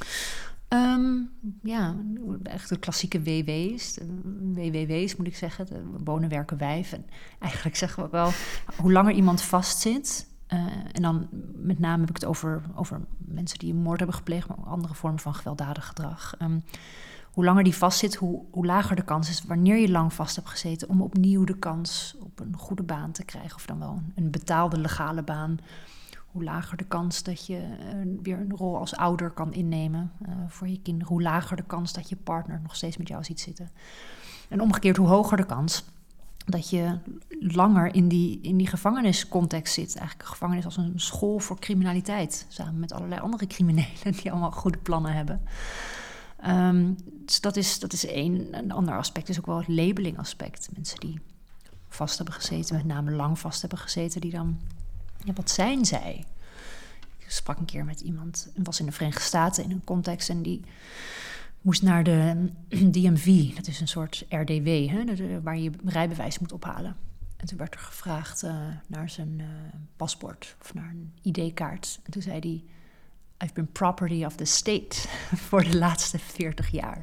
Echt de klassieke WW's moet ik zeggen. De wonen, werken, wijf. En eigenlijk zeggen we wel, hoe langer iemand vastzit, en dan met name heb ik het over mensen die een moord hebben gepleegd, maar ook andere vormen van gewelddadig gedrag. Hoe langer die vastzit, hoe lager de kans is, wanneer je lang vast hebt gezeten, om opnieuw de kans op een goede baan te krijgen, of dan wel een betaalde legale baan. Hoe lager de kans dat je weer een rol als ouder kan innemen voor je kinderen. Hoe lager de kans dat je partner nog steeds met jou ziet zitten. En omgekeerd, hoe hoger de kans dat je langer in die gevangeniscontext zit. Eigenlijk een gevangenis als een school voor criminaliteit. Samen met allerlei andere criminelen die allemaal goede plannen hebben. Dus dat is één. Een ander aspect is ook wel het labeling aspect. Mensen die vast hebben gezeten, met name lang vast hebben gezeten, die dan, ja, wat zijn zij? sprak een keer met iemand, was in de Verenigde Staten in een context en die moest naar de DMV, dat is een soort RDW, hè, waar je je rijbewijs moet ophalen. En toen werd er gevraagd naar zijn paspoort of naar een ID-kaart. En toen zei hij, I've been property of the state voor de laatste 40 jaar.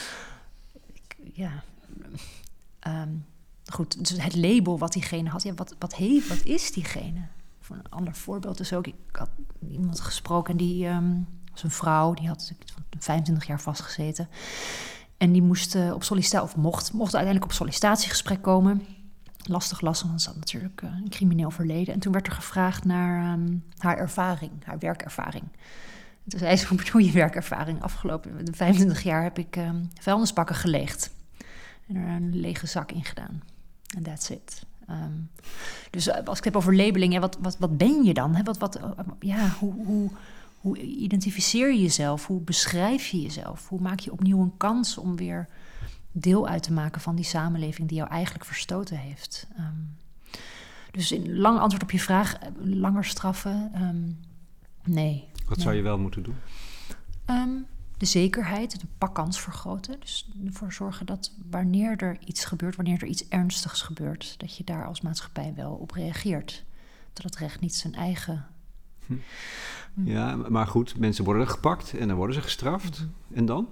Goed, dus het label wat diegene had, wat is diegene? Voor een ander voorbeeld is ook, ik had iemand gesproken, die was een vrouw, die had 25 jaar vastgezeten. En die moest op sollicitatie, of mocht uiteindelijk op sollicitatiegesprek komen. Lastig, want ze had natuurlijk een crimineel verleden. En toen werd er gevraagd naar haar ervaring, haar werkervaring. En toen zei ze, hoe bedoel je werkervaring? Afgelopen 25 jaar heb ik vuilnisbakken geleegd. En er een lege zak in gedaan. En that's it. Dus als ik het heb over labeling, wat ben je dan? Hè? Hoe identificeer je jezelf? Hoe beschrijf je jezelf? Hoe maak je opnieuw een kans om weer deel uit te maken van die samenleving die jou eigenlijk verstoten heeft? Dus in lang antwoord op je vraag, langer straffen, nee. Wat zou je wel moeten doen? De zekerheid, de pakkans vergroten. Dus ervoor zorgen dat wanneer er iets gebeurt, wanneer er iets ernstigs gebeurt, dat je daar als maatschappij wel op reageert. Dat het recht niet zijn eigen... Ja, maar goed, mensen worden gepakt en dan worden ze gestraft. En dan?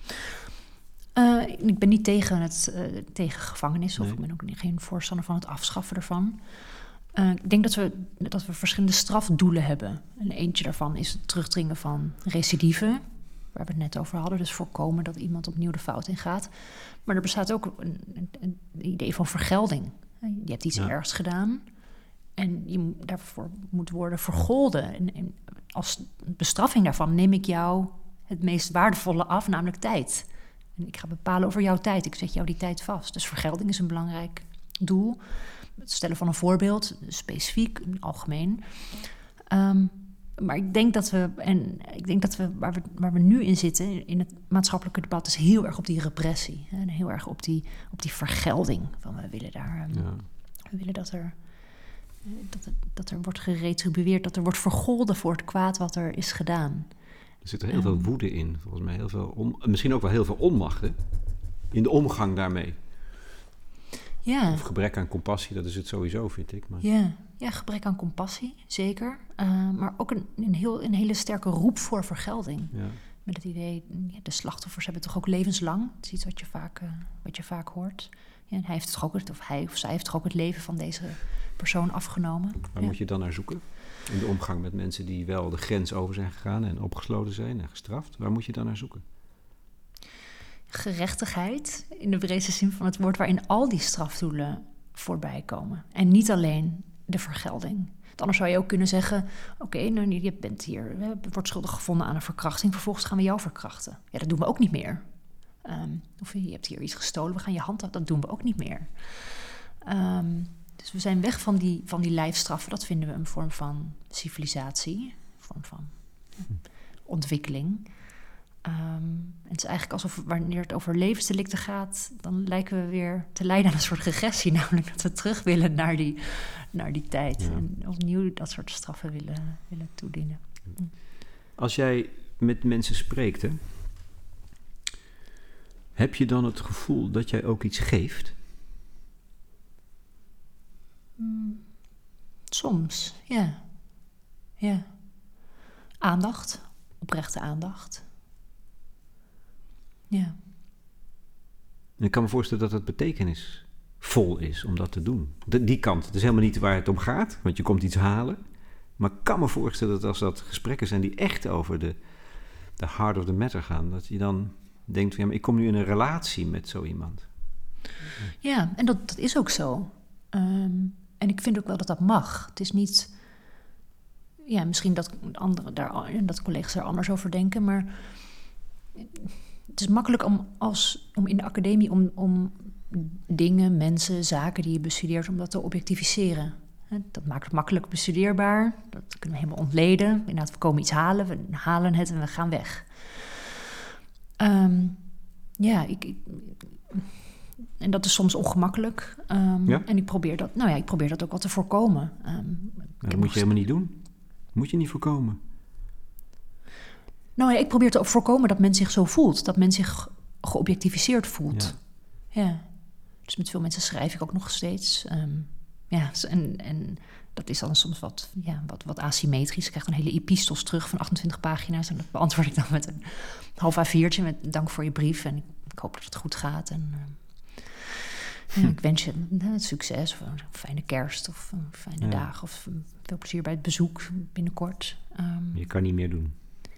Ik ben niet tegen gevangenis, of ik ben ook geen voorstander van het afschaffen ervan. Ik denk dat we verschillende strafdoelen hebben. En eentje daarvan is het terugdringen van recidive, waar we het net over hadden. Dus voorkomen dat iemand opnieuw de fout ingaat. Maar er bestaat ook een idee van vergelding. Je hebt iets ergs gedaan en daarvoor moet worden vergolden. En als bestraffing daarvan neem ik jou het meest waardevolle af, namelijk tijd. En ik ga bepalen over jouw tijd. Ik zet jou die tijd vast. Dus vergelding is een belangrijk doel. Het stellen van een voorbeeld, specifiek, algemeen. Maar ik denk dat we waar we nu in zitten, in het maatschappelijke debat, is heel erg op die repressie. En heel erg op die vergelding. Van we willen dat er wordt geretribueerd, dat er wordt vergolden voor het kwaad wat er is gedaan. Er zit er heel veel woede in, volgens mij. Misschien ook wel heel veel onmacht, hè? In de omgang daarmee. Ja. Of gebrek aan compassie, dat is het sowieso, vind ik. Maar... Ja, gebrek aan compassie, zeker. Maar ook een hele sterke roep voor vergelding. Ja. Met het idee, de slachtoffers hebben toch ook levenslang. Dat is iets wat je vaak hoort. Ja, en hij of zij heeft toch ook het leven van deze persoon afgenomen. Waar moet je dan naar zoeken? In de omgang met mensen die wel de grens over zijn gegaan en opgesloten zijn en gestraft. Waar moet je dan naar zoeken? Gerechtigheid, in de breedste zin van het woord, waarin al die strafdoelen voorbij komen. En niet alleen de vergelding. Anders zou je ook kunnen zeggen, oké, je bent hier, wordt schuldig gevonden aan een verkrachting, vervolgens gaan we jou verkrachten. Ja, dat doen we ook niet meer. Of je hebt hier iets gestolen, we gaan je handhaven, dat doen we ook niet meer. Dus we zijn weg van die lijfstraffen. Dat vinden we een vorm van civilisatie, een vorm van ontwikkeling. Het is eigenlijk alsof wanneer het over levensdelicten gaat, dan lijken we weer te lijden aan een soort regressie, namelijk dat we terug willen naar die tijd. Ja. En opnieuw dat soort straffen willen toedienen. Als jij met mensen spreekt, hè, heb je dan het gevoel dat jij ook iets geeft? Soms, ja. Aandacht, oprechte aandacht. Ja. En ik kan me voorstellen dat het betekenisvol is om dat te doen. Die kant, het is helemaal niet waar het om gaat, want je komt iets halen. Maar ik kan me voorstellen dat als dat gesprekken zijn die echt over de heart of the matter gaan, dat je dan denkt, ja, maar ik kom nu in een relatie met zo iemand. Ja, en dat is ook zo. En ik vind ook wel dat dat mag. Het is niet... Ja, misschien dat collega's daar anders over denken, maar het is makkelijk om in de academie om dingen, mensen, zaken die je bestudeert, om dat te objectificeren. Dat maakt het makkelijk bestudeerbaar. Dat kunnen we helemaal ontleden. Inderdaad, we komen iets halen, we halen het en we gaan weg. En dat is soms ongemakkelijk. En ik probeer dat ook wel te voorkomen. Dat moet je helemaal niet doen. Moet je niet voorkomen. Nou ja, ik probeer te voorkomen dat men zich zo voelt. Dat men zich geobjectificeerd voelt. Ja. Dus met veel mensen schrijf ik ook nog steeds. En dat is dan soms wat asymmetrisch. Ik krijg dan hele epistels terug van 28 pagina's. En dat beantwoord ik dan met een half A4'tje met dank voor je brief. En ik hoop dat het goed gaat. En ik wens je succes of een fijne kerst of een fijne dagen. Of veel plezier bij het bezoek binnenkort. Je kan niet meer doen.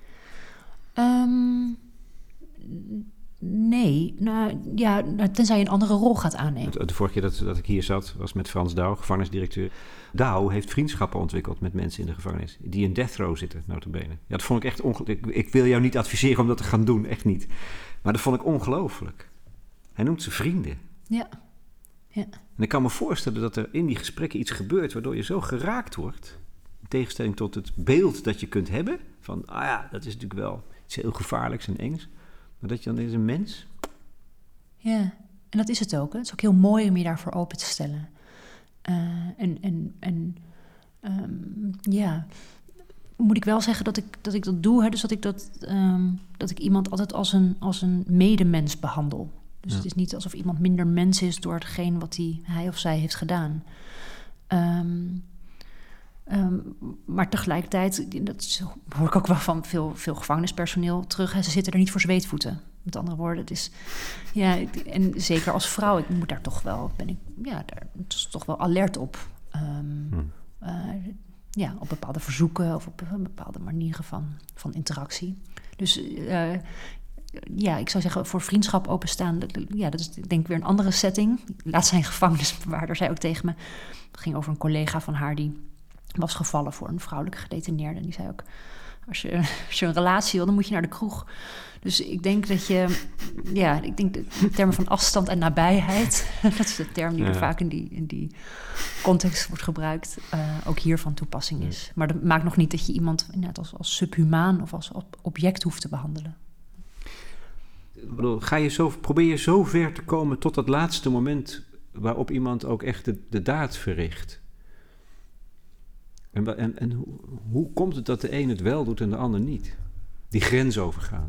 Nee, tenzij je een andere rol gaat aannemen. De vorige keer dat ik hier zat, was met Frans Douw, gevangenisdirecteur. Douw heeft vriendschappen ontwikkeld met mensen in de gevangenis die in death row zitten, nota bene. Ja, dat vond ik echt ongelooflijk. Ik wil jou niet adviseren om dat te gaan doen, echt niet. Maar dat vond ik ongelooflijk. Hij noemt ze vrienden. Ja. En ik kan me voorstellen dat er in die gesprekken iets gebeurt waardoor je zo geraakt wordt, in tegenstelling tot het beeld dat je kunt hebben, van, dat is natuurlijk wel iets heel gevaarlijks en engs. Maar dat je dan is een mens. Ja, en dat is het ook. Hè? Het is ook heel mooi om je daarvoor open te stellen. Moet ik wel zeggen dat ik dat doe. Hè? Dus dat ik iemand altijd als een medemens behandel. Dus het is niet alsof iemand minder mens is door hetgeen wat hij of zij heeft gedaan. Maar tegelijkertijd, dat hoor ik ook wel van veel gevangenispersoneel terug. Ze zitten er niet voor zweetvoeten. Met andere woorden, het is... Ja, en zeker als vrouw, ik moet daar toch wel... daar toch wel alert op. Op bepaalde verzoeken of op bepaalde manieren van interactie. Dus ik zou zeggen, voor vriendschap openstaan... dat is denk ik weer een andere setting. Laatst zijn gevangenisbewaarder zei ook tegen me... Het ging over een collega van haar die... was gevallen voor een vrouwelijke gedetineerde. En die zei ook, als je een relatie wil, dan moet je naar de kroeg. Dus ik denk dat de termen van afstand en nabijheid... dat is de term die er vaak in die context wordt gebruikt... ook hier van toepassing is. Maar dat maakt nog niet dat je iemand inderdaad als subhumaan... of als object hoeft te behandelen. Probeer je zo ver te komen tot dat laatste moment... waarop iemand ook echt de daad verricht... En hoe komt het dat de een het wel doet en de ander niet? Die grens overgaan.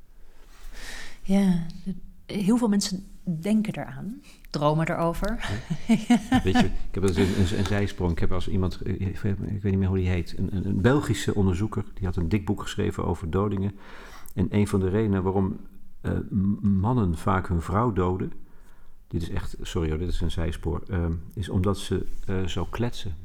Ja, heel veel mensen denken eraan, dromen erover. Ja. Weet je, ik heb een zijsprong. Ik heb als iemand, ik weet niet meer hoe die heet, een Belgische onderzoeker, die had een dik boek geschreven over dodingen. En een van de redenen waarom mannen vaak hun vrouw doden, dit is een zijspoor, is omdat ze zo kletsen.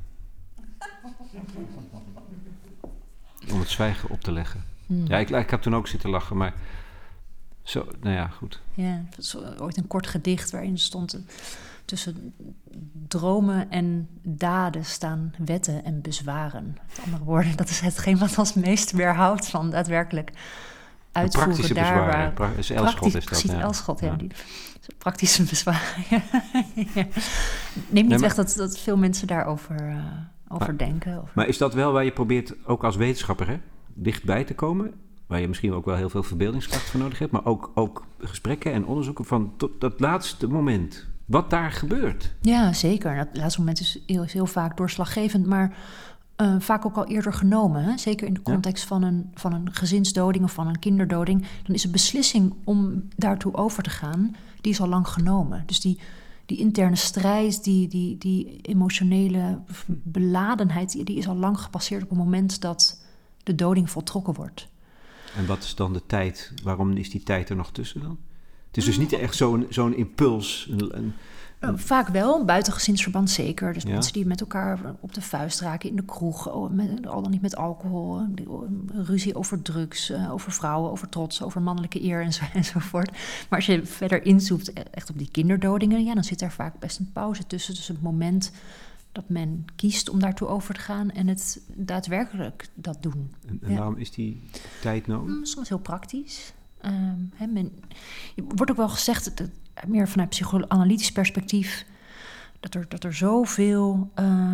Om het zwijgen op te leggen. Ja, ik heb toen ook zitten lachen, maar zo, goed. Ja, het was ooit een kort gedicht waarin stond... tussen dromen en daden staan wetten en bezwaren. Met andere woorden, dat is hetgeen wat ons meest weerhoudt van daadwerkelijk uitvoeren. Praktische bezwaren. Elschot is dat. Precies, Elschot, die praktische bezwaren. Neem niet weg dat veel mensen daarover... denken. Maar is dat wel waar je probeert, ook als wetenschapper, dichtbij te komen? Waar je misschien ook wel heel veel verbeeldingskracht voor nodig hebt, maar ook gesprekken en onderzoeken van tot dat laatste moment. Wat daar gebeurt. Ja, zeker. Dat laatste moment is heel vaak doorslaggevend, maar vaak ook al eerder genomen. Hè? Zeker in de context van een gezinsdoding of van een kinderdoding. Dan is een beslissing om daartoe over te gaan, die is al lang genomen. Dus die interne strijd, die emotionele beladenheid... die is al lang gepasseerd op het moment dat de doding voltrokken wordt. En wat is dan de tijd? Waarom is die tijd er nog tussen dan? Het is dus niet echt zo'n impuls. Vaak wel, buiten gezinsverband zeker. Dus mensen die met elkaar op de vuist raken in de kroeg... al dan niet met alcohol, ruzie over drugs... over vrouwen, over trots, over mannelijke eer enzovoort. Maar als je verder inzoomt echt op die kinderdodingen... dan zit er vaak best een pauze tussen. Dus het moment dat men kiest om daartoe over te gaan... en het daadwerkelijk dat doen. En waarom is die tijd nodig? Soms heel praktisch. Wordt ook wel gezegd... meer vanuit psychoanalytisch perspectief... dat er zoveel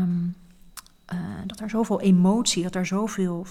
emotie... dat er zoveel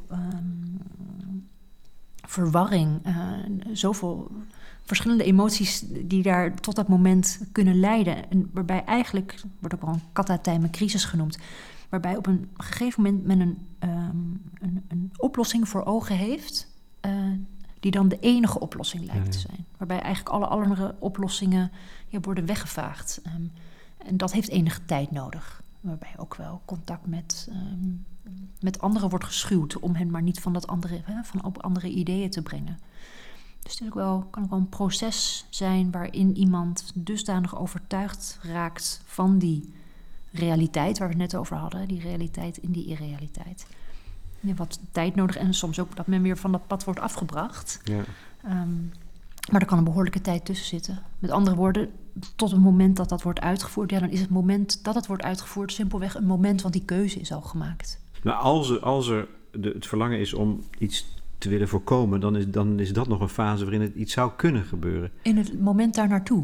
verwarring... zoveel verschillende emoties... die daar tot dat moment kunnen leiden. En waarbij eigenlijk... wordt ook wel een kat-uit-tijmen crisis genoemd... waarbij op een gegeven moment men een oplossing voor ogen heeft... die dan de enige oplossing lijkt te zijn. Waarbij eigenlijk alle andere oplossingen worden weggevaagd. En dat heeft enige tijd nodig. Waarbij ook wel contact met anderen wordt geschuwd om hen maar niet van op andere ideeën te brengen. Dus het is kan ook wel een proces zijn waarin iemand dusdanig overtuigd raakt van die realiteit waar we het net over hadden, die realiteit in die irrealiteit. Ja, wat tijd nodig en soms ook dat men weer van dat pad wordt afgebracht. Ja. Maar er kan een behoorlijke tijd tussen zitten. Met andere woorden, tot het moment dat dat wordt uitgevoerd, dan is het moment dat het wordt uitgevoerd simpelweg een moment, want die keuze is al gemaakt. Maar als er het verlangen is om iets te willen voorkomen, dan is dat nog een fase waarin het iets zou kunnen gebeuren. In het moment daar naartoe.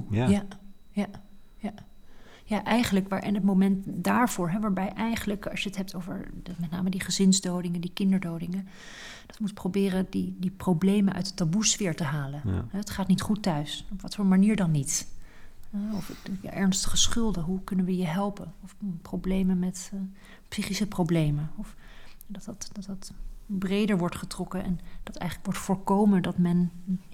Ja, eigenlijk en het moment daarvoor, waarbij eigenlijk, als je het hebt over met name die gezinsdodingen, die kinderdodingen, dat moet proberen die problemen uit de taboesfeer te halen. Ja. Het gaat niet goed thuis. Op wat voor manier dan niet? Of ernstige schulden, hoe kunnen we je helpen? Of problemen met psychische problemen. Of dat breder wordt getrokken en dat eigenlijk wordt voorkomen dat men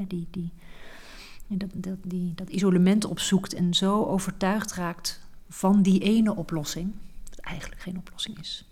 dat isolement opzoekt en zo overtuigd raakt van die ene oplossing, dat eigenlijk geen oplossing is.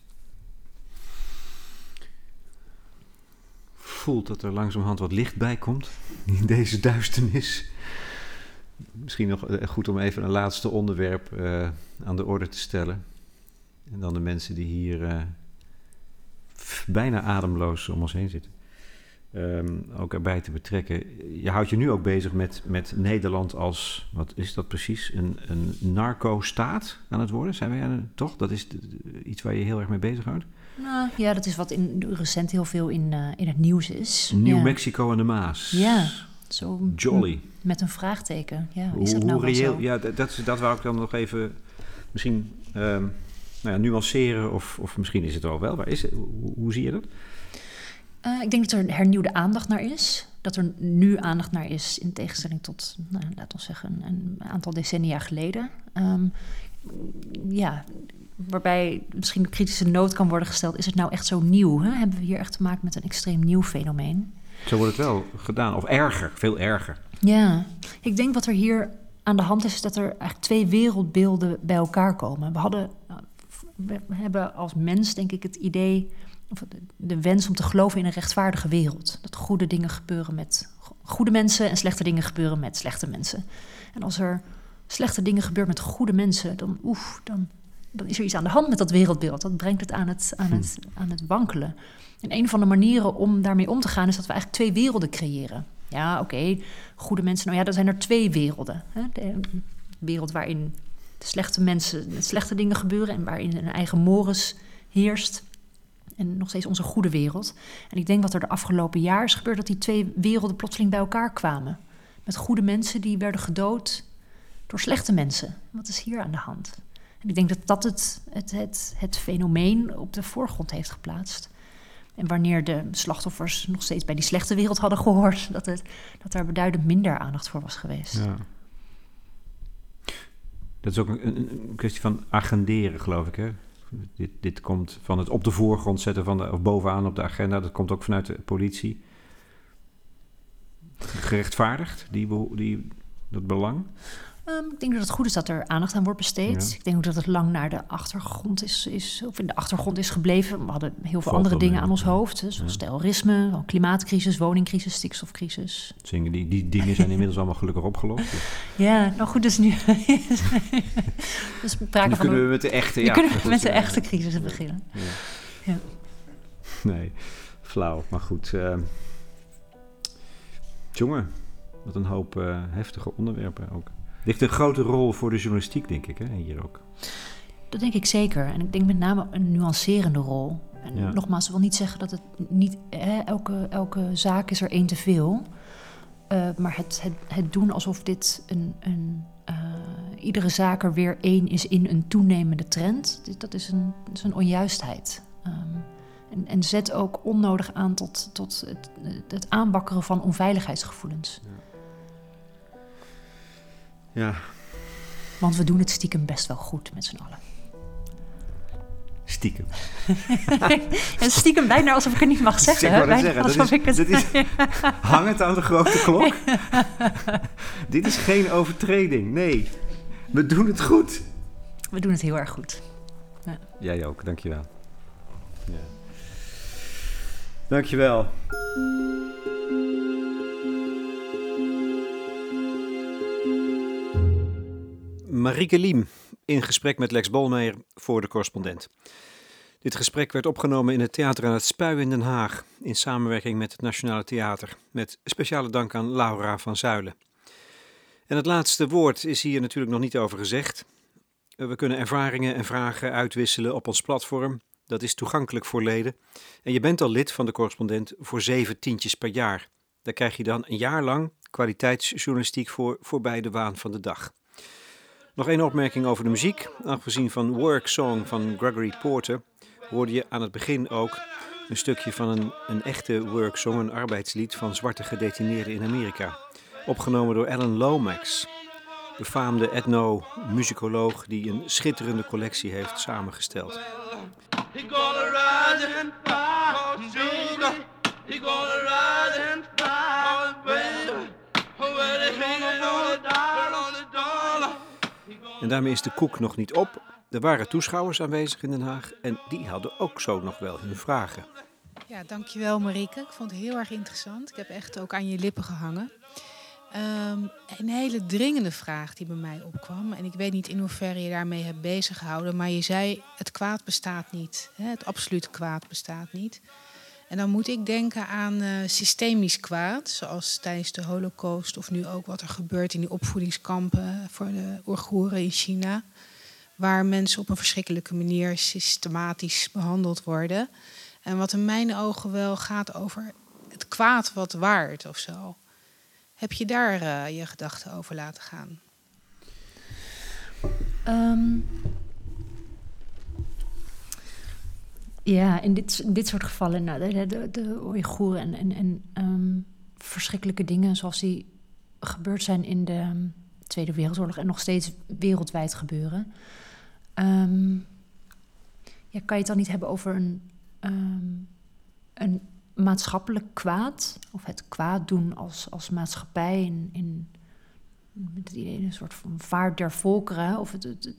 Voelt dat er langzamerhand wat licht bij komt in deze duisternis. Misschien nog goed om even een laatste onderwerp aan de orde te stellen. En dan de mensen die hier bijna ademloos om ons heen zitten. Ook erbij te betrekken. Je houdt je nu ook bezig met Nederland als, wat is dat precies, een narco-staat aan het worden? Zijn wij toch? Dat is iets waar je heel erg mee bezighoudt? Nou ja, dat is wat recent heel veel in het nieuws is. Nieuw Mexico en de Maas. Ja, zo jolly. Met een vraagteken. Ja, is dat nou hoe reëel? Zo? Ja, dat wou ik dan nog even misschien nuanceren of misschien is het al wel. Hoe zie je dat? Ik denk dat er hernieuwde aandacht naar is. Dat er nu aandacht naar is in tegenstelling tot, laten we zeggen, een aantal decennia geleden. Waarbij misschien de kritische noot kan worden gesteld. Is het nou echt zo nieuw? Hè? Hebben we hier echt te maken met een extreem nieuw fenomeen? Zo wordt het wel gedaan. Of erger, veel erger. Ja, ik denk wat er hier aan de hand is dat er eigenlijk twee wereldbeelden bij elkaar komen. We hebben als mens, denk ik, het idee, of de wens om te geloven in een rechtvaardige wereld. Dat goede dingen gebeuren met goede mensen en slechte dingen gebeuren met slechte mensen. En als er slechte dingen gebeuren met goede mensen, dan is er iets aan de hand met dat wereldbeeld. Dat brengt het aan het wankelen. En een van de manieren om daarmee om te gaan is dat we eigenlijk twee werelden creëren. Ja, oké, goede mensen, dan zijn er twee werelden. Hè? De wereld waarin de slechte mensen slechte dingen gebeuren en waarin een eigen mores heerst. En nog steeds onze goede wereld. En ik denk wat er de afgelopen jaar is gebeurd, dat die twee werelden plotseling bij elkaar kwamen. Met goede mensen die werden gedood door slechte mensen. Wat is hier aan de hand? En ik denk dat het fenomeen op de voorgrond heeft geplaatst. En wanneer de slachtoffers nog steeds bij die slechte wereld hadden gehoord, dat daar beduidend minder aandacht voor was geweest. Ja. Dat is ook een kwestie van agenderen, geloof ik, hè? Dit komt van het op de voorgrond zetten of bovenaan op de agenda. Dat komt ook vanuit de politie. Gerechtvaardigd, dat belang? Ik denk dat het goed is dat er aandacht aan wordt besteed. Ja. Ik denk ook dat het lang naar de achtergrond of in de achtergrond is gebleven. We hadden heel veel andere dingen aan ons hoofd. Zoals terrorisme, klimaatcrisis, woningcrisis, stikstofcrisis. Die dingen zijn inmiddels allemaal gelukkig opgelost. Dus. Ja, nou goed, dus nu... dus kunnen we met de echte... Nu kunnen we met de echte crisis beginnen. Ja. Nee, flauw, maar goed. Jongen, wat een hoop heftige onderwerpen ook. Ligt een grote rol voor de journalistiek, denk ik, hè, hier ook. Dat denk ik zeker. En ik denk met name een nuancerende rol. En nogmaals, ik wil niet zeggen dat het niet... elke zaak is er één te veel. Maar het doen alsof dit iedere zaak er weer één is in een toenemende trend. Dat is een onjuistheid. En zet ook onnodig aan tot het aanwakkeren van onveiligheidsgevoelens. Ja. Want we doen het stiekem best wel goed met z'n allen. Stiekem. En stiekem bijna alsof ik het niet mag zeggen. Ik wou net zeggen, dat is hangend aan de grote klok. Dit is geen overtreding, nee. We doen het goed. We doen het heel erg goed. Ja. Jij ook, dankjewel. Ja. Dankjewel. Marieke Liem in gesprek met Lex Bolmeijer voor De Correspondent. Dit gesprek werd opgenomen in het Theater aan het Spui in Den Haag in samenwerking met het Nationale Theater, met speciale dank aan Laura van Zuilen. En het laatste woord is hier natuurlijk nog niet over gezegd. We kunnen ervaringen en vragen uitwisselen op ons platform. Dat is toegankelijk voor leden. En je bent al lid van De Correspondent voor 7 tientjes per jaar. Daar krijg je dan een jaar lang kwaliteitsjournalistiek voor voorbij de waan van de dag. Nog één opmerking over de muziek. Afgezien van Work Song van Gregory Porter hoorde je aan het begin ook een stukje van een echte work song, een arbeidslied van zwarte gedetineerden in Amerika. Opgenomen door Alan Lomax, befaamde etnomusicoloog die een schitterende collectie heeft samengesteld. En daarmee is de koek nog niet op. Er waren toeschouwers aanwezig in Den Haag en die hadden ook zo nog wel hun vragen. Ja, dankjewel Marieke. Ik vond het heel erg interessant. Ik heb echt ook aan je lippen gehangen. Een hele dringende vraag die bij mij opkwam. En ik weet niet in hoeverre je daarmee hebt bezig gehouden. Maar je zei, het kwaad bestaat niet. Hè? Het absolute kwaad bestaat niet. En dan moet ik denken aan systemisch kwaad. Zoals tijdens de Holocaust of nu ook wat er gebeurt in die opvoedingskampen voor de Oeigoeren in China. Waar mensen op een verschrikkelijke manier systematisch behandeld worden. En wat in mijn ogen wel gaat over het kwaad wat waard of zo. Heb je daar je gedachten over laten gaan? Ja, in dit soort gevallen, nou, de Oeigoeren en verschrikkelijke dingen zoals die gebeurd zijn in de Tweede Wereldoorlog en nog steeds wereldwijd gebeuren. Ja, kan je het dan niet hebben over een maatschappelijk kwaad? Of het kwaad doen als maatschappij met het idee een soort van vaart der volkeren? Of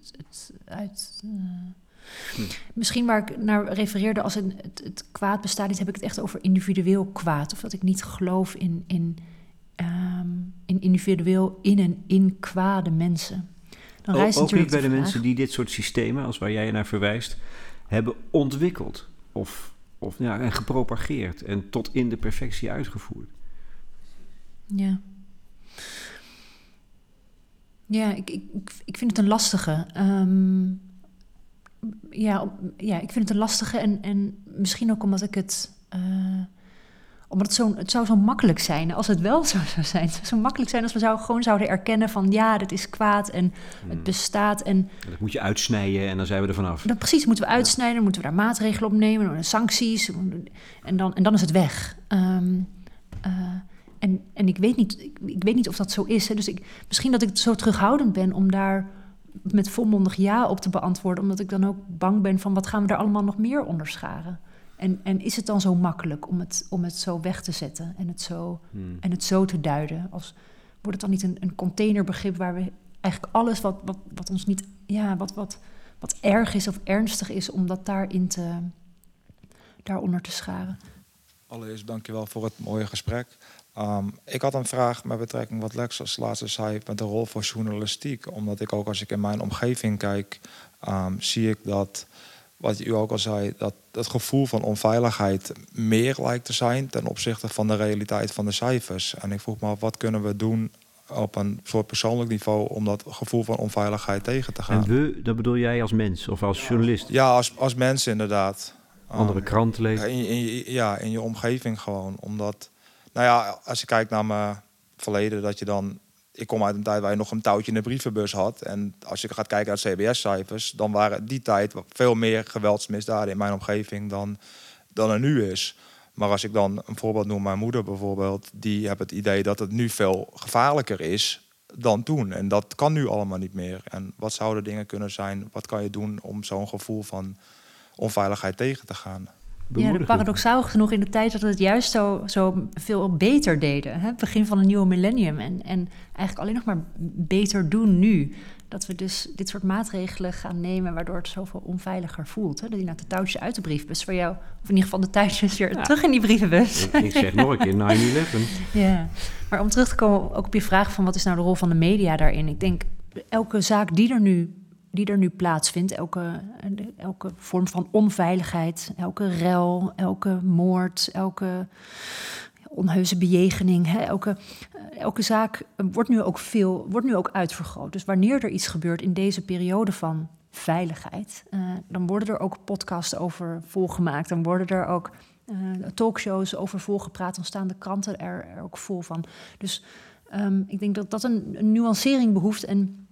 misschien waar ik naar refereerde als het kwaad bestaat niet, heb ik het echt over individueel kwaad. Of dat ik niet geloof in individueel in kwade mensen. Dan ook niet bij de mensen die dit soort systemen, als waar jij naar verwijst, hebben ontwikkeld en gepropageerd en tot in de perfectie uitgevoerd. Ja. Ja, ik vind het een lastige. Ik vind het een lastige en misschien ook omdat ik het... Omdat het zou zo makkelijk zijn als het wel zo zou zijn. Het zou zo makkelijk zijn als we gewoon zouden erkennen van ja, dit is kwaad en het bestaat. En dat moet je uitsnijden en dan zijn we er vanaf. Precies, moeten we uitsnijden, moeten we daar maatregelen op nemen, sancties en dan is het weg. En ik weet niet of dat zo is. Hè. Dus misschien dat ik zo terughoudend ben om daar met volmondig ja op te beantwoorden, omdat ik dan ook bang ben van wat gaan we daar allemaal nog meer onderscharen. En is het dan zo makkelijk om het zo weg te zetten en het zo te duiden? Wordt het dan niet een containerbegrip waar we eigenlijk alles wat ons niet... Ja, wat erg is of ernstig is, om dat daaronder te scharen? Allereerst dankjewel voor het mooie gesprek. Ik had een vraag met betrekking wat Lex als laatste zei met de rol van journalistiek. Omdat ik ook als ik in mijn omgeving kijk, zie ik dat... Wat u ook al zei, dat het gevoel van onveiligheid meer lijkt te zijn ten opzichte van de realiteit van de cijfers. En ik vroeg me af, wat kunnen we doen op een soort persoonlijk niveau om dat gevoel van onveiligheid tegen te gaan? En dat bedoel jij als mens of als journalist? Ja, als mens inderdaad. Andere kranten lezen? In je omgeving gewoon. Omdat, als je kijkt naar mijn verleden, dat je dan... Ik kom uit een tijd waar je nog een touwtje in de brievenbus had. En als je gaat kijken naar CBS-cijfers... dan waren die tijd veel meer geweldsmisdaden in mijn omgeving dan er nu is. Maar als ik dan een voorbeeld noem, mijn moeder bijvoorbeeld... die heeft het idee dat het nu veel gevaarlijker is dan toen. En dat kan nu allemaal niet meer. En wat zouden dingen kunnen zijn? Wat kan je doen om zo'n gevoel van onveiligheid tegen te gaan. Ja, paradoxaal genoeg in de tijd dat we het juist zo veel beter deden. Hè? Het begin van een nieuwe millennium. En eigenlijk alleen nog maar beter doen nu. Dat we dus dit soort maatregelen gaan nemen, waardoor het zoveel onveiliger voelt. Hè? Dat je nou de touwtjes uit de briefbus voor jou, of in ieder geval de touwtjes weer terug in die brievenbus. Ik zeg nog een keer 9/11. Ja, maar om terug te komen ook op je vraag van wat is nou de rol van de media daarin? Ik denk, elke zaak die er nu plaatsvindt, elke vorm van onveiligheid, elke rel, elke moord, elke onheuse bejegening, hè, elke zaak wordt nu ook uitvergroot. Dus wanneer er iets gebeurt in deze periode van veiligheid, dan worden er ook podcasts over volgemaakt, dan worden er ook talkshows over volgepraat, dan staan de kranten er ook vol van. Dus ik denk dat een nuancering behoeft en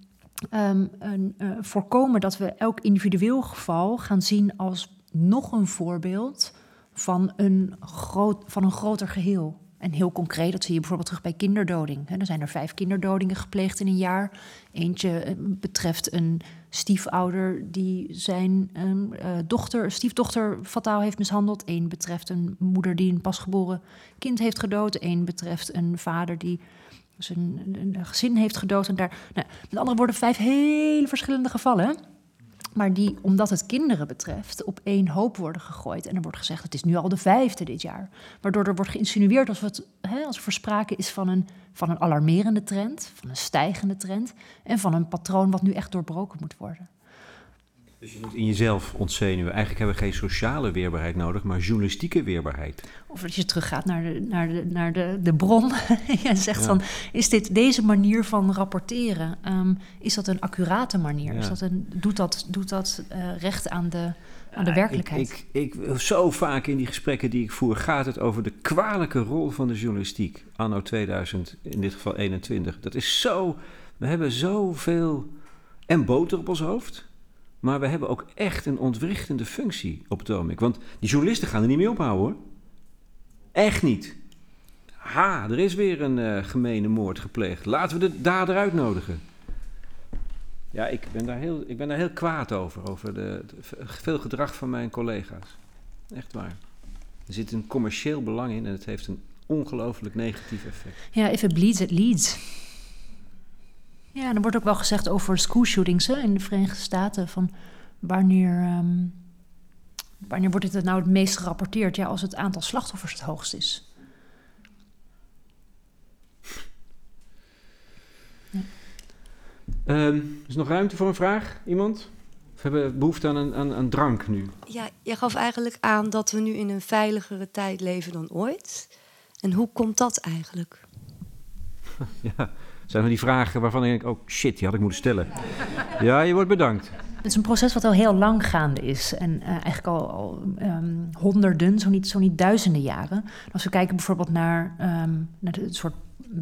voorkomen dat we elk individueel geval gaan zien als nog een voorbeeld van een groter geheel. En heel concreet, dat zie je bijvoorbeeld terug bij kinderdoding. Er zijn er 5 kinderdodingen gepleegd in een jaar. Eentje betreft een stiefouder die zijn stiefdochter fataal heeft mishandeld. Eén betreft een moeder die een pasgeboren kind heeft gedood. Eén betreft een vader die zijn gezin heeft gedood. En met andere woorden 5 hele verschillende gevallen. Maar die, omdat het kinderen betreft, op één hoop worden gegooid. En er wordt gezegd, het is nu al de 5e dit jaar. Waardoor er wordt geïnsinueerd als er sprake is van een alarmerende trend, van een stijgende trend en van een patroon wat nu echt doorbroken moet worden. Dus je moet in jezelf ontzenuwen. Eigenlijk hebben we geen sociale weerbaarheid nodig, maar journalistieke weerbaarheid. Of dat je teruggaat naar de bron en zegt van, is deze manier van rapporteren, is dat een accurate manier? Ja. Doet dat recht aan de werkelijkheid? Ik zo vaak in die gesprekken die ik voer, gaat het over de kwalijke rol van de journalistiek. Anno 2000, in dit geval 21. Dat is zo, we hebben zoveel en boter op ons hoofd. Maar we hebben ook echt een ontwrichtende functie op het ogenblik. Want die journalisten gaan er niet mee ophouden, hoor. Echt niet. Er is weer een gemene moord gepleegd. Laten we de dader uitnodigen. Ja, ik ben daar heel kwaad over veel gedrag van mijn collega's. Echt waar. Er zit een commercieel belang in en het heeft een ongelooflijk negatief effect. Ja, if it bleeds, it leads. Ja, er wordt ook wel gezegd over schoolshootings in de Verenigde Staten. Van wanneer wordt dit nou het meest gerapporteerd? Ja, als het aantal slachtoffers het hoogst is. Ja. Is er nog ruimte voor een vraag? Iemand? Of hebben we behoefte aan drank nu? Ja, je gaf eigenlijk aan dat we nu in een veiligere tijd leven dan ooit. En hoe komt dat eigenlijk? Ja, zijn er die vragen waarvan ik denk, oh shit, die had ik moeten stellen. Ja, je wordt bedankt. Het is een proces wat al heel lang gaande is. En eigenlijk al honderden, zo niet duizenden jaren. Als we kijken bijvoorbeeld naar de soort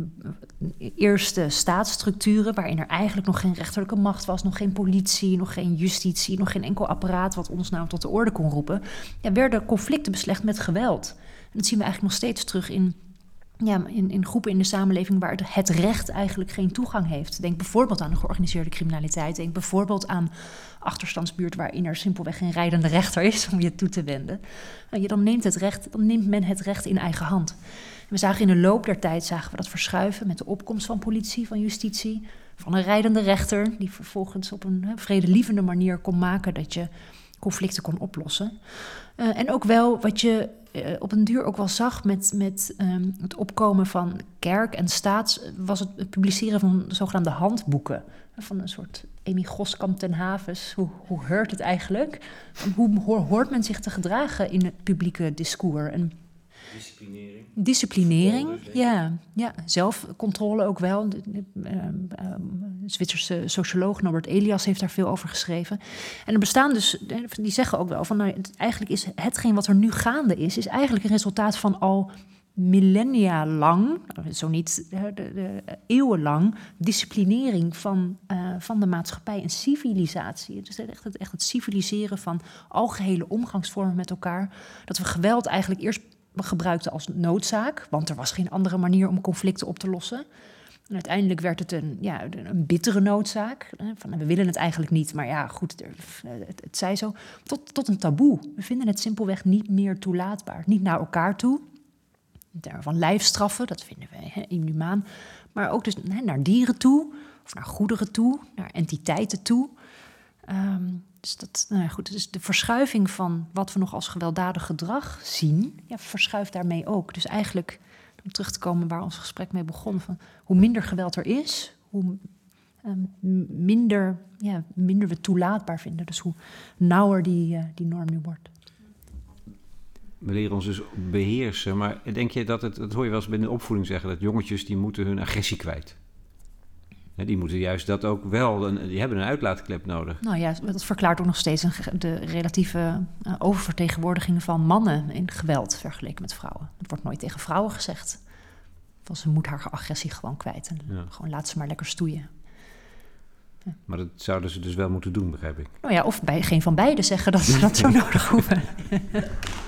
eerste staatsstructuren, waarin er eigenlijk nog geen rechterlijke macht was, nog geen politie, nog geen justitie, nog geen enkel apparaat wat ons nou tot de orde kon roepen, werden conflicten beslecht met geweld. En dat zien we eigenlijk nog steeds terug in groepen in de samenleving waar het recht eigenlijk geen toegang heeft. Denk bijvoorbeeld aan de georganiseerde criminaliteit. Denk bijvoorbeeld aan achterstandsbuurt waarin er simpelweg geen rijdende rechter is om je toe te wenden. Dan neemt men het recht in eigen hand. En we zagen in de loop der tijd dat verschuiven met de opkomst van politie, van justitie, van een rijdende rechter die vervolgens op een vredelievende manier kon maken dat je conflicten kon oplossen. En ook wel wat je op een duur ook wel zag met het opkomen van kerk en staat, was het publiceren van zogenaamde handboeken. Van een soort Amy Goskamp ten Havens. Hoe hoort het eigenlijk? Hoe hoort men zich te gedragen in het publieke discours? En Disciplinering, ja. Zelfcontrole ook wel. De Zwitserse socioloog Norbert Elias heeft daar veel over geschreven. En er bestaan dus, die zeggen ook wel van, eigenlijk is hetgeen wat er nu gaande is eigenlijk een resultaat van al millennia lang, zo niet eeuwenlang, disciplinering van de maatschappij en civilisatie. Dus echt het civiliseren van algehele omgangsvormen met elkaar. Dat we geweld eigenlijk eerst gebruikten als noodzaak, want er was geen andere manier om conflicten op te lossen. En uiteindelijk werd het een bittere noodzaak. Van, we willen het eigenlijk niet, maar ja, goed, het zij zo. Tot een taboe. We vinden het simpelweg niet meer toelaatbaar. Niet naar elkaar toe. In termen van lijfstraffen, dat vinden we inhumaan. Maar ook dus naar dieren toe, of naar goederen toe, naar entiteiten toe. Dus de verschuiving van wat we nog als gewelddadig gedrag zien, verschuift daarmee ook. Dus eigenlijk, om terug te komen waar ons gesprek mee begon, van hoe minder geweld er is, hoe minder we toelaatbaar vinden. Dus hoe nauwer die norm nu wordt. We leren ons dus beheersen, maar denk je dat dat hoor je wel eens binnen de opvoeding zeggen, dat jongetjes die moeten hun agressie kwijt? Die moeten juist dat ook wel, die hebben een uitlaatklep nodig. Nou ja, dat verklaart ook nog steeds de relatieve oververtegenwoordiging van mannen in geweld vergeleken met vrouwen. Het wordt nooit tegen vrouwen gezegd. Van ze moet haar agressie gewoon kwijt en gewoon laat ze maar lekker stoeien. Ja. Maar dat zouden ze dus wel moeten doen, begrijp ik. Nou ja, of geen van beiden zeggen dat ze dat zo nodig hoeven.